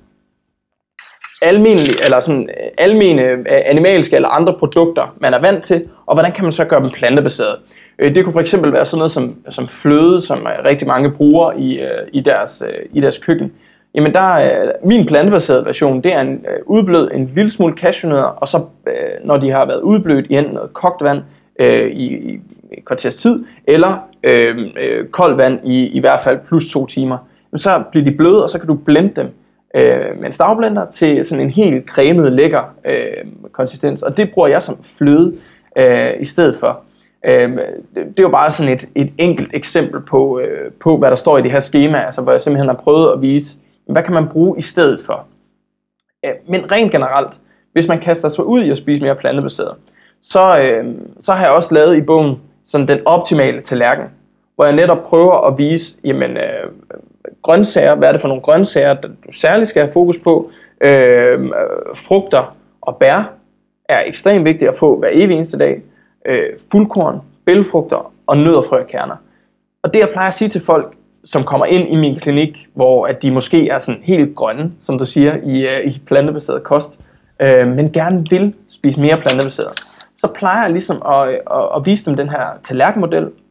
almindelige, eller sådan almene animalske eller andre produkter, man er vant til, og hvordan kan man så gøre dem plantebaseret. Det kunne for eksempel være sådan noget som, som fløde, som rigtig mange bruger i, i, deres, i deres køkken. Jamen der, min plantebaserede version, det er en udblød en lille smule cashewnødder, og så når de har været udblødt i enten noget kogt vand øh, i, i et kvarters tid, eller øh, øh, koldt vand i, i hvert fald plus to timer, så bliver de bløde, og så kan du blende dem øh, med en stavblender til sådan en helt cremet, lækker øh, konsistens, og det bruger jeg som fløde øh, i stedet for. Øh, det er jo bare sådan et, et enkelt eksempel på, øh, på, hvad der står i det her skema, altså hvor jeg simpelthen har prøvet at vise, hvad kan man bruge i stedet for. Øh, men rent generelt, hvis man kaster sig ud i at spise mere plantebaseret, så, øh, så har jeg også lavet i bogen sådan den optimale tallerken, hvor jeg netop prøver at vise, jamen, øh, grøntsager, hvad er det for nogle grøntsager, der du særligt skal have fokus på. Øh, frugter og bær er ekstremt vigtigt at få hver evig eneste dag. Øh, fuldkorn, bælgfrugter og nødderfrøkerner. Og det jeg plejer at sige til folk, som kommer ind i min klinik, hvor at de måske er sådan helt grønne, som du siger, i, uh, i plantebaseret kost, øh, men gerne vil spise mere plantebaseret, så plejer jeg ligesom at, at, at vise dem den her tallerkenmodel,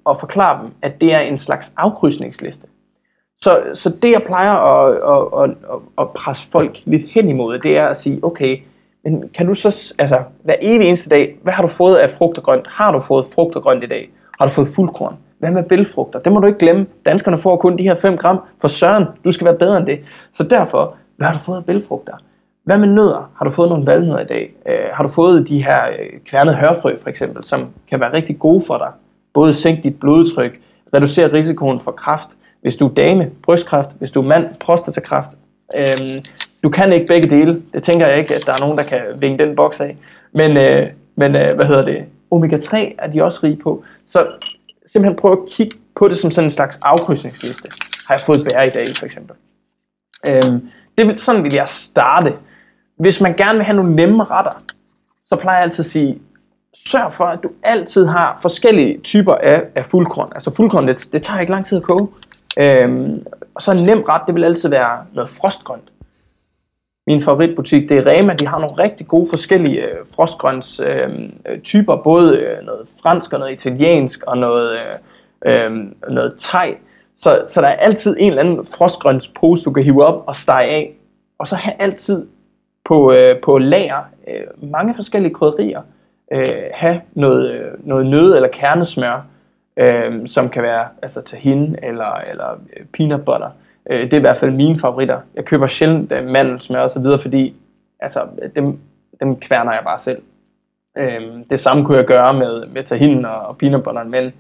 at forklare dem, at det er en slags afkrydsningsliste. Så, så det, jeg plejer at, at, at, at, at presse folk lidt hen imod, det er at sige, okay, men kan du så, altså hver evig eneste dag, hvad har du fået af frugt og grønt? Har du fået frugt og grønt i dag? Har du fået fuldkorn? Hvad med bælgfrugter? Det må du ikke glemme. Danskerne får kun de her fem gram. For søren, du skal være bedre end det. Så derfor, hvad har du fået af bælgfrugter? Hvad med nødder? Har du fået nogle valnødder i dag? Øh, har du fået de her øh, kværnede hørfrø for eksempel, som kan være rigtig gode for dig? Både sænke dit blodtryk, reducere risikoen for kræft. Hvis du er dame, brystkræft. Hvis du er mand, prostatakræft. Øh, du kan ikke begge dele. Det tænker jeg ikke, at der er nogen, der kan vinge den boks af. Men, øh, men øh, hvad hedder det? omega tre er de også rige på. Så simpelthen prøve at kigge på det som sådan en slags afkrydsningsliste. Har jeg fået bær i dag, for eksempel? Øhm, det, sådan vil jeg starte. Hvis man gerne vil have nogle nemme retter, så plejer jeg altid at sige, sørg for, at du altid har forskellige typer af, af fuldkorn. Altså fuldkorn, det, det tager ikke lang tid at koge. Øhm, og så en nem ret, det vil altid være noget frostgrønt. Min favoritbutik, det er Rema, de har nogle rigtig gode forskellige øh, frostgrøns øh, typer, både øh, noget fransk og noget italiensk og noget, øh, øh, noget thai. Så, så der er altid en eller anden frostgrønspose, du kan hive op og stege af. Og så have altid på, øh, på lager øh, mange forskellige krydderier. Øh, have noget, øh, noget nød- eller kernesmør, øh, som kan være altså tahin eller, eller peanut butter. Det er i hvert fald mine favoritter. Jeg køber sjældent uh, mandelsmør og så videre, fordi altså, dem, dem kværner jeg bare selv. Øhm, det samme kunne jeg gøre med, med tahinen og, og peanut butter, men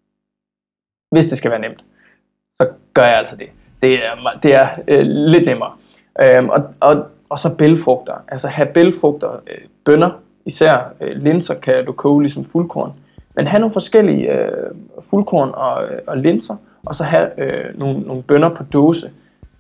hvis det skal være nemt, så gør jeg altså det. Det er, det er øh, lidt nemmere. Øhm, og, og, og så bælgfrugter. Altså have bælgfrugter, øh, bønner, især øh, linser kan du koge ligesom fuldkorn. Men have nogle forskellige øh, fuldkorn og, og linser, og så have øh, nogle, nogle bønner på dåse.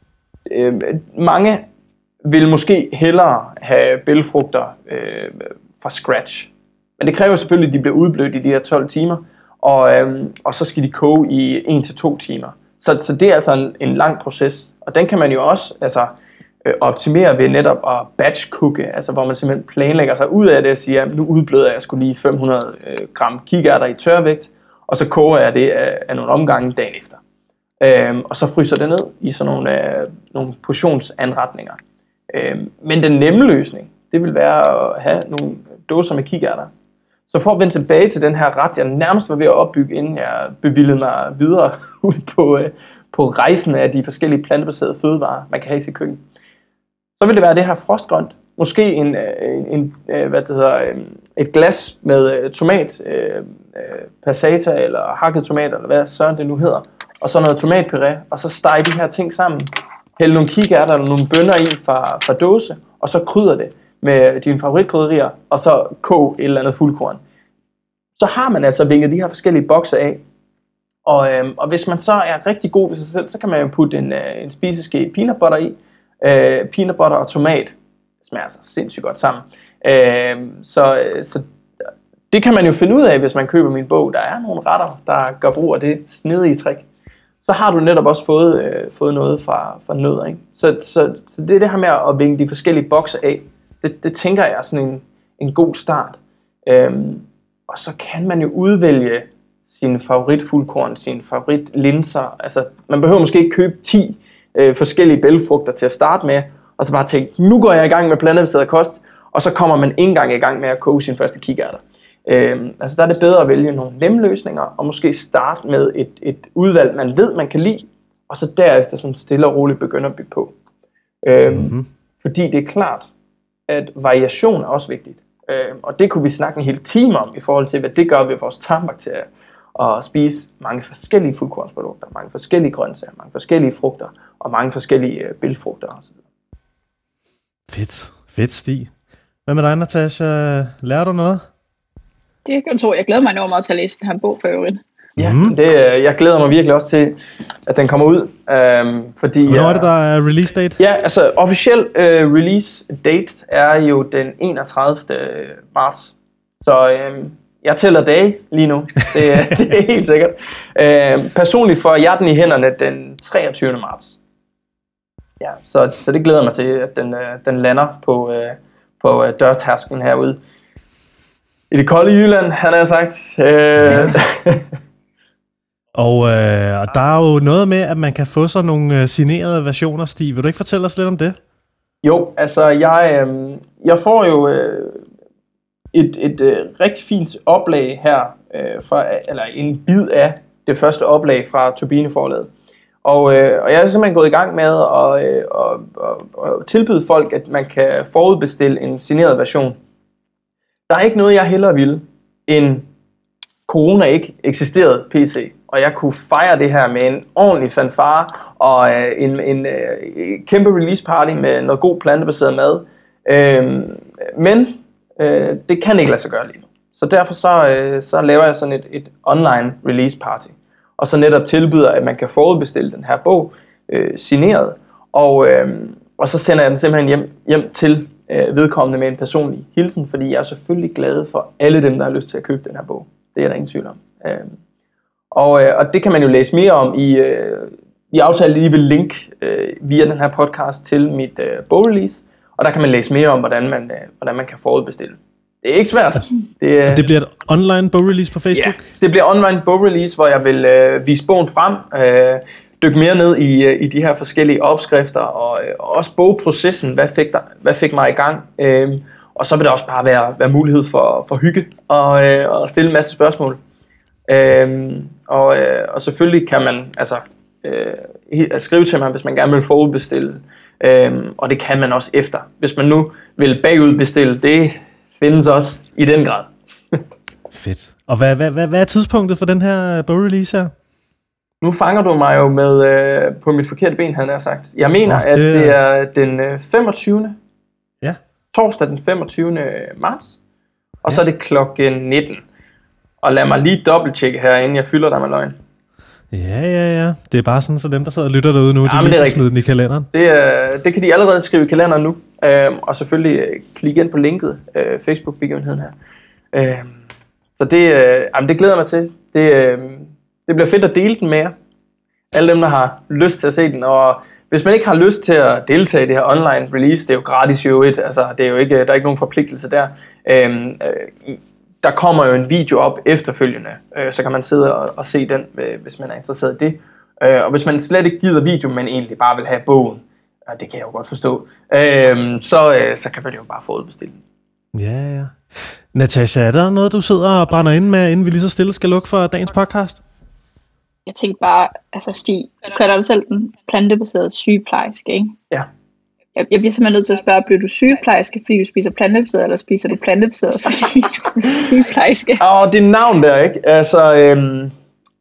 Øh, mange vil måske hellere have bælgfrugter øh, fra scratch. Men det kræver selvfølgelig, at de bliver udblødt i de her tolv timer, og, øh, og så skal de koge i en til to timer. Så, så det er altså en, en lang proces, og den kan man jo også altså, øh, optimere ved netop at batch-cooke, altså hvor man simpelthen planlægger sig ud af det og siger, nu udbløder jeg sgu lige fem hundrede gram kikærter i tørvægt, og så koger jeg det af, af nogle omgange dagen efter. Øhm, og så fryser det ned i sådan nogle, øh, nogle portionsanretninger. Øhm, men den nemme løsning, det vil være at have nogle dåser med kikærter. Så for at vende tilbage til den her ret, jeg nærmest var ved at opbygge, inden jeg bevilgede mig videre ud på, øh, på rejsen af de forskellige plantebaserede fødevarer, man kan have i sit køkken. Så vil det være det her frostgrønt. Måske en, en, en hvad det hedder, et glas med tomat, øh, passata eller hakket tomat, eller hvad så det nu hedder. Og så noget tomatpuré, og så stege de her ting sammen. Hælde nogle kikærter eller nogle bønner i fra, fra dåse, og så krydder det med dine favoritkrydderier, og så kog et eller andet fuldkorn. Så har man altså vinget de her forskellige bokse af. Og, øhm, og hvis man så er rigtig god ved sig selv, så kan man jo putte en, en spiseske peanut butter i. Øh, peanut butter og tomat smager så sindssygt godt sammen. Øh, så, så det kan man jo finde ud af, hvis man køber min bog. Der er nogle retter, der gør brug af det snedige trick. Så har du netop også fået, øh, fået noget fra, fra nødder, ikke? Så, så, så det er det her med at vinge de forskellige bokse af. Det, det tænker jeg er sådan en, en god start. Øhm, og så kan man jo udvælge sine favoritfuldkorn, sine favoritlinser. Altså, man behøver måske ikke købe ti øh, forskellige bælgfrugter til at starte med, og så bare tænke, nu går jeg i gang med plantebaseret kost, og så kommer man ikke engang i gang med at koge sin første kikærter. Øhm, altså der er det bedre at vælge nogle nemme løsninger, og måske starte med et, et udvalg, man ved, man kan lide, og så derefter sådan stille og roligt begynde at bygge på. Øhm, mm-hmm. Fordi det er klart, at variation er også vigtigt. Øhm, og det kunne vi snakke en hel time om, i forhold til, hvad det gør ved vores tarmbakterier, at spise mange forskellige fuldkornsprodukter, mange forskellige grøntsager, mange forskellige frugter, og mange forskellige øh, bælgfrugter osv. Fedt. Fedt, Stig. Hvad med dig, Natasha? Lærer du noget? Det kan du tro. Jeg glæder mig enormt meget til at læse den her bog for øvrigt. Ja, mm. det, jeg glæder mig virkelig også til, at den kommer ud. Øhm, fordi, Hvornår er det, der er release date? Ja, altså officiel øh, release date er jo den enogtredivte marts. Så øh, jeg tæller dage lige nu. Det, det er helt sikkert. Øh, personligt får jeg den i hænderne den treogtyvende marts. Ja, så, så det glæder mig til, at den, øh, den lander på, øh, på øh, dørtærsken herude. I det kolde Jylland, han har sagt. Øh, Og øh, der er jo noget med, at man kan få sådan nogle øh, signerede versioner, Stig. Vil du ikke fortælle os lidt om det? Jo, altså jeg, øh, jeg får jo øh, et, et øh, rigtig fint oplag her, øh, fra, eller en bid af det første oplag fra Turbineforlaget. Og, øh, og jeg er simpelthen gået i gang med at øh, og, og, og tilbyde folk, at man kan forudbestille en signeret version. Der er ikke noget, jeg hellere ville, end corona ikke eksisterede pt. Og jeg kunne fejre det her med en ordentlig fanfare og øh, en, en øh, kæmpe release party med noget god plantebaseret mad. Øh, men øh, det kan ikke lade sig gøre lige nu. Så derfor så, øh, så laver jeg sådan et, et online release party. Og så netop tilbyder, at man kan forudbestille den her bog øh, signeret. Og, øh, og så sender jeg den simpelthen hjem, hjem til øh, vedkommende med en personlig hilsen. Fordi jeg er selvfølgelig glad for alle dem, der har lyst til at købe den her bog. Det er der ingen tvivl om. Øh, og, øh, og det kan man jo læse mere om i... Øh, vi aftaler lige ved link øh, via den her podcast til mit øh, bogrelease. Og der kan man læse mere om, hvordan man, øh, hvordan man kan forudbestille. Det er ikke svært. Det, øh, det bliver et online bogrelease på Facebook? Ja, det bliver online bogrelease, hvor jeg vil øh, vise bogen frem, øh, dykke mere ned i, øh, i de her forskellige opskrifter, og, øh, og også bogprocessen, hvad fik, der, hvad fik mig i gang. Øh, og så vil der også bare være, være mulighed for, for hygge og, øh, og stille en masse spørgsmål. Øh, og, øh, og selvfølgelig kan man altså, øh, skrive til mig, hvis man gerne vil forudbestille. Øh, og det kan man også efter. Hvis man nu vil bagudbestille, det findes også i den grad. Fedt. Og hvad, hvad, hvad, hvad er tidspunktet for den her bogrelease her? Nu fanger du mig jo med øh, på mit forkerte ben, havde jeg sagt. Jeg mener, oh, det... at det er den øh, femogtyvende Ja. Torsdag den femogtyvende marts. Og ja. Så er det klokken nitten. Og lad mig lige dobbelttjekke her, inden jeg fylder dig med løgn. Ja, ja, ja. Det er bare sådan, så dem, der sidder og lytter derude nu, ja, de lige kan smide den i kalenderen. Det, øh, det kan de allerede skrive i kalenderen nu. Øh, og selvfølgelig øh, klikke ind på linket, øh, Facebook-begivenheden her. Øh, så det, øh, jamen, det glæder jeg mig til. Det, øh, det bliver fedt at dele den med jer. Alle dem, der har lyst til at se den. Og hvis man ikke har lyst til at deltage i det her online release, det er jo gratis jo et. Altså, det er jo ikke, der er ikke nogen forpligtelse der. Øh, øh, der kommer jo en video op efterfølgende. Øh, så kan man sidde og, og se den, øh, hvis man er interesseret i det. Øh, og hvis man slet ikke gider video, men egentlig bare vil have bogen, og det kan jeg jo godt forstå, øh, så, øh, så kan man jo bare forudbestille den. Ja, ja. Natasha, er der noget, du sidder og brænder ind med, inden vi lige så stille skal lukke for dagens podcast? Jeg tænkte bare, altså Stig, du kalder dig selv den plantebaserede sygeplejerske, ikke? Ja. Jeg, jeg bliver simpelthen nødt til at spørge, bliver du sygeplejerske, fordi du spiser plantebaseret, eller spiser du plantebaseret, fordi du er sygeplejerske? Åh, oh, det er navn der, ikke? Altså, øhm,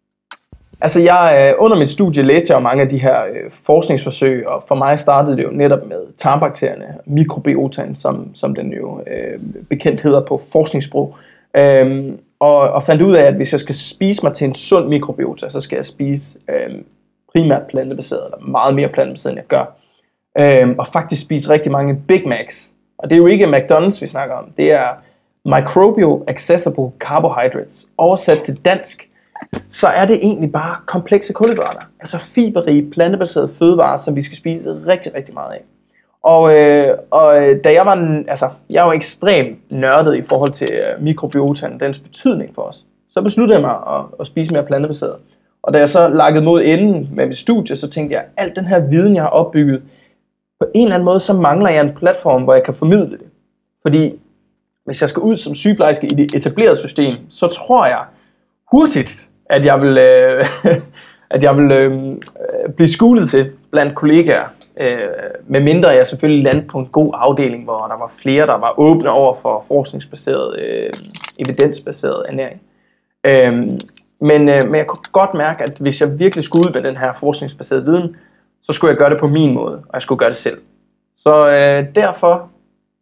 altså jeg, øh, under mit studie læste jeg jo mange af de her øh, forskningsforsøg, og for mig startede det jo netop med tarmbakterierne, mikrobiotaen, som, som den jo øh, bekendt hedder på forskningssprog. Øhm, og, og fandt ud af, at hvis jeg skal spise mig til en sund mikrobiota, så skal jeg spise øh, primært plantebaseret, eller meget mere plantebaseret, end jeg gør. Øhm, og faktisk spise rigtig mange Big Macs. Og det er jo ikke McDonald's, vi snakker om. Det er Microbial Accessible Carbohydrates. Oversat til dansk, så er det egentlig bare komplekse kulhydrater. Altså fiberrige, plantebaserede fødevarer, som vi skal spise rigtig, rigtig meget af. Og, øh, og da jeg var, altså, jeg var ekstremt nørdet i forhold til øh, mikrobiotaen, dens betydning for os, så besluttede jeg mig at, at spise mere plantebaseret. Og da jeg så lakkede mod enden med mit studie, så tænkte jeg, at al den her viden, jeg har opbygget, på en eller anden måde, så mangler jeg en platform, hvor jeg kan formidle det. Fordi hvis jeg skal ud som sygeplejerske i det etablerede system, så tror jeg hurtigt, at jeg vil, øh, at jeg vil øh, blive skulet til blandt kollegaer. Øh, med mindre jeg selvfølgelig landede på en god afdeling, hvor der var flere, der var åbne over for forskningsbaseret, øh, evidensbaseret ernæring. Øh, men, øh, men jeg kunne godt mærke, at hvis jeg virkelig skulle ud med den her forskningsbaserede viden, så skulle jeg gøre det på min måde, og jeg skulle gøre det selv. Så øh, derfor,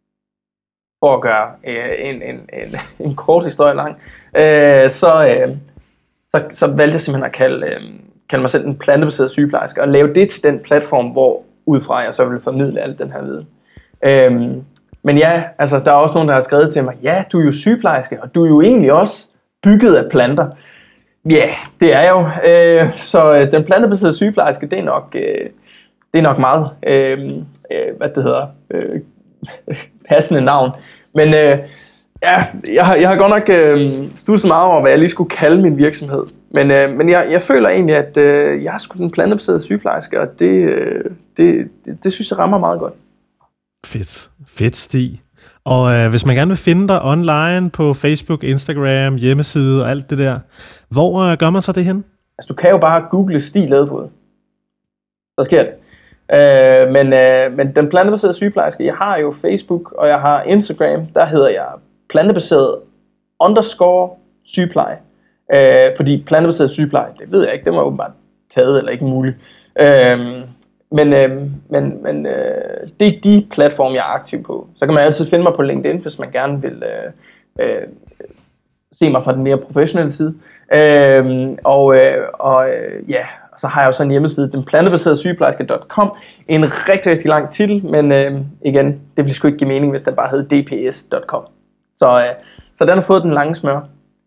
for at gøre øh, en, en, en, en kort historie lang, øh, så, øh, så, så valgte jeg simpelthen at kalde, øh, kalde mig selv en plantebaseret sygeplejerske, og lave det til den platform, hvor udefra jeg så ville formidle al den her viden. Øh, men ja, altså der er også nogen, der har skrevet til mig, ja, du er jo sygeplejerske, og du er jo egentlig også bygget af planter. Ja, yeah, det er jo. Øh, så øh, den plantebaserede sygeplejerske, det er nok, øh, det er nok meget, øh, øh, hvad det hedder, øh, passende navn. Men, øh, Ja, jeg har, jeg har godt nok øh, studset meget over, hvad jeg lige skulle kalde min virksomhed. Men, øh, men jeg, jeg føler egentlig, at øh, jeg er sgu den plantebaserede sygeplejerske, og det, øh, det, det, det synes jeg rammer meget godt. Fedt. Fedt, Stig. Og øh, hvis man gerne vil finde dig online på Facebook, Instagram, hjemmeside og alt det der, hvor øh, gør man så det hen? Altså, du kan jo bare google Stig Ladefod. Så sker det. Øh, men, øh, men den plantebaserede sygeplejerske, jeg har jo Facebook, og jeg har Instagram, der hedder jeg plantebaseret underscore sygepleje. Øh, fordi plantebaseret sygepleje, det ved jeg ikke, det var åbenbart taget eller ikke muligt. Øh, men øh, men, men øh, det er de platforme, jeg er aktiv på. Så kan man altid finde mig på LinkedIn, hvis man gerne vil øh, øh, se mig fra den mere professionelle side. Øh, og øh, og øh, ja, så har jeg jo så en hjemmeside, den plantebaserede sygeplejerske punktum com. En rigtig, rigtig lang titel, men øh, igen, det ville sgu ikke give mening, hvis den bare hed d p s punktum com. Så, øh, så den har fået den lange smør.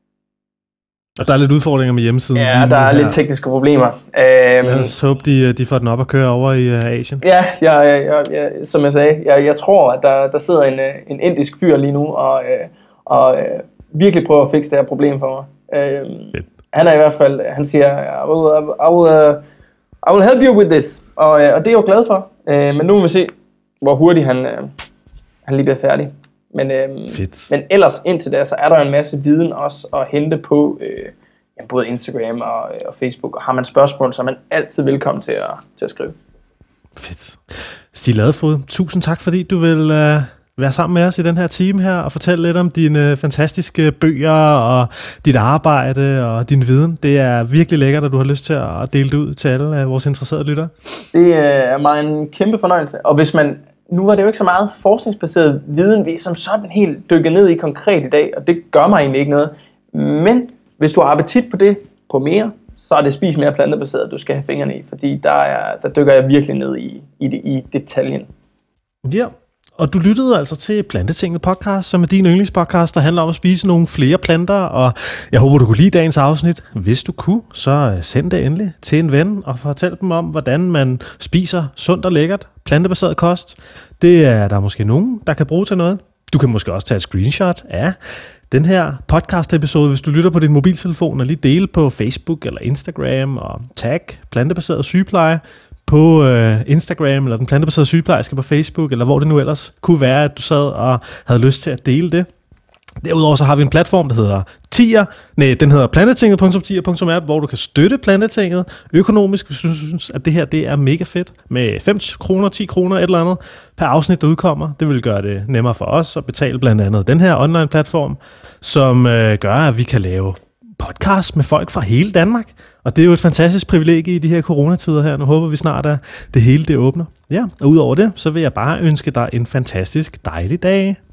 Og der er lidt udfordringer med hjemmesiden. Ja, der er her. Lidt tekniske problemer. Øhm, Lad os håbe, de, de får den op at køre over i uh, Asien. Ja, jeg, jeg, jeg, jeg, som jeg sagde, jeg, jeg tror, at der, der sidder en, en indisk fyr lige nu, og, øh, og øh, virkelig prøver at fikse det her problem for mig. Øh, han er i hvert fald, han siger, I will, I will, uh, I will help you with this. Og, og det er jeg jo glad for. Øh, men nu må vi se, hvor hurtigt han, øh, han lige bliver færdig. Men, øhm, men ellers indtil da, så er der en masse viden også at hente på øh, ja, både Instagram og, og Facebook. Og har man spørgsmål, så er man altid velkommen til at, til at skrive. Fedt. Stig Ladefod, tusind tak, fordi du vil øh, være sammen med os i den her time her og fortælle lidt om dine fantastiske bøger og dit arbejde og din viden. Det er virkelig lækkert, at du har lyst til at dele det ud til alle vores interesserede lyttere. Det er mig en kæmpe fornøjelse. Og hvis man Nu var det jo ikke så meget forskningsbaseret viden, vi som sådan helt dykker ned i konkret i dag, og det gør mig egentlig ikke noget. Men hvis du har appetit på det, på mere, så er det spis mere plantebaseret, du skal have fingrene i, fordi der, er, der dykker jeg virkelig ned i, i, det, i detaljen. Ja, og du lyttede altså til Plantetinget podcast, som er din yndlingspodcast, der handler om at spise nogle flere planter, og jeg håber, du kunne lide dagens afsnit. Hvis du kunne, så send det endelig til en ven og fortæl dem om, hvordan man spiser sundt og lækkert plantebaseret kost. Det er der måske nogen, der kan bruge til noget. Du kan måske også tage et screenshot af den her podcast-episode, hvis du lytter på din mobiltelefon, og lige dele på Facebook eller Instagram og tag plantebaseret sygepleje på øh, Instagram, eller den plantebaserede sygeplejerske på Facebook, eller hvor det nu ellers kunne være, at du sad og havde lyst til at dele det. Derudover så har vi en platform, der hedder Tier. Nej, den hedder plantetinget punktum tier punktum app, hvor du kan støtte Plantetinget økonomisk, hvis du synes, at det her det er mega fedt. Med fem kroner, ti kroner, et eller andet per afsnit, der udkommer. Det vil gøre det nemmere for os at betale blandt andet den her online platform, som øh, gør, at vi kan lave podcast med folk fra hele Danmark. Og det er jo et fantastisk privilegie i de her coronatider her. Nu håber vi snart, at det hele det åbner. Ja, og udover det, så vil jeg bare ønske dig en fantastisk dejlig dag.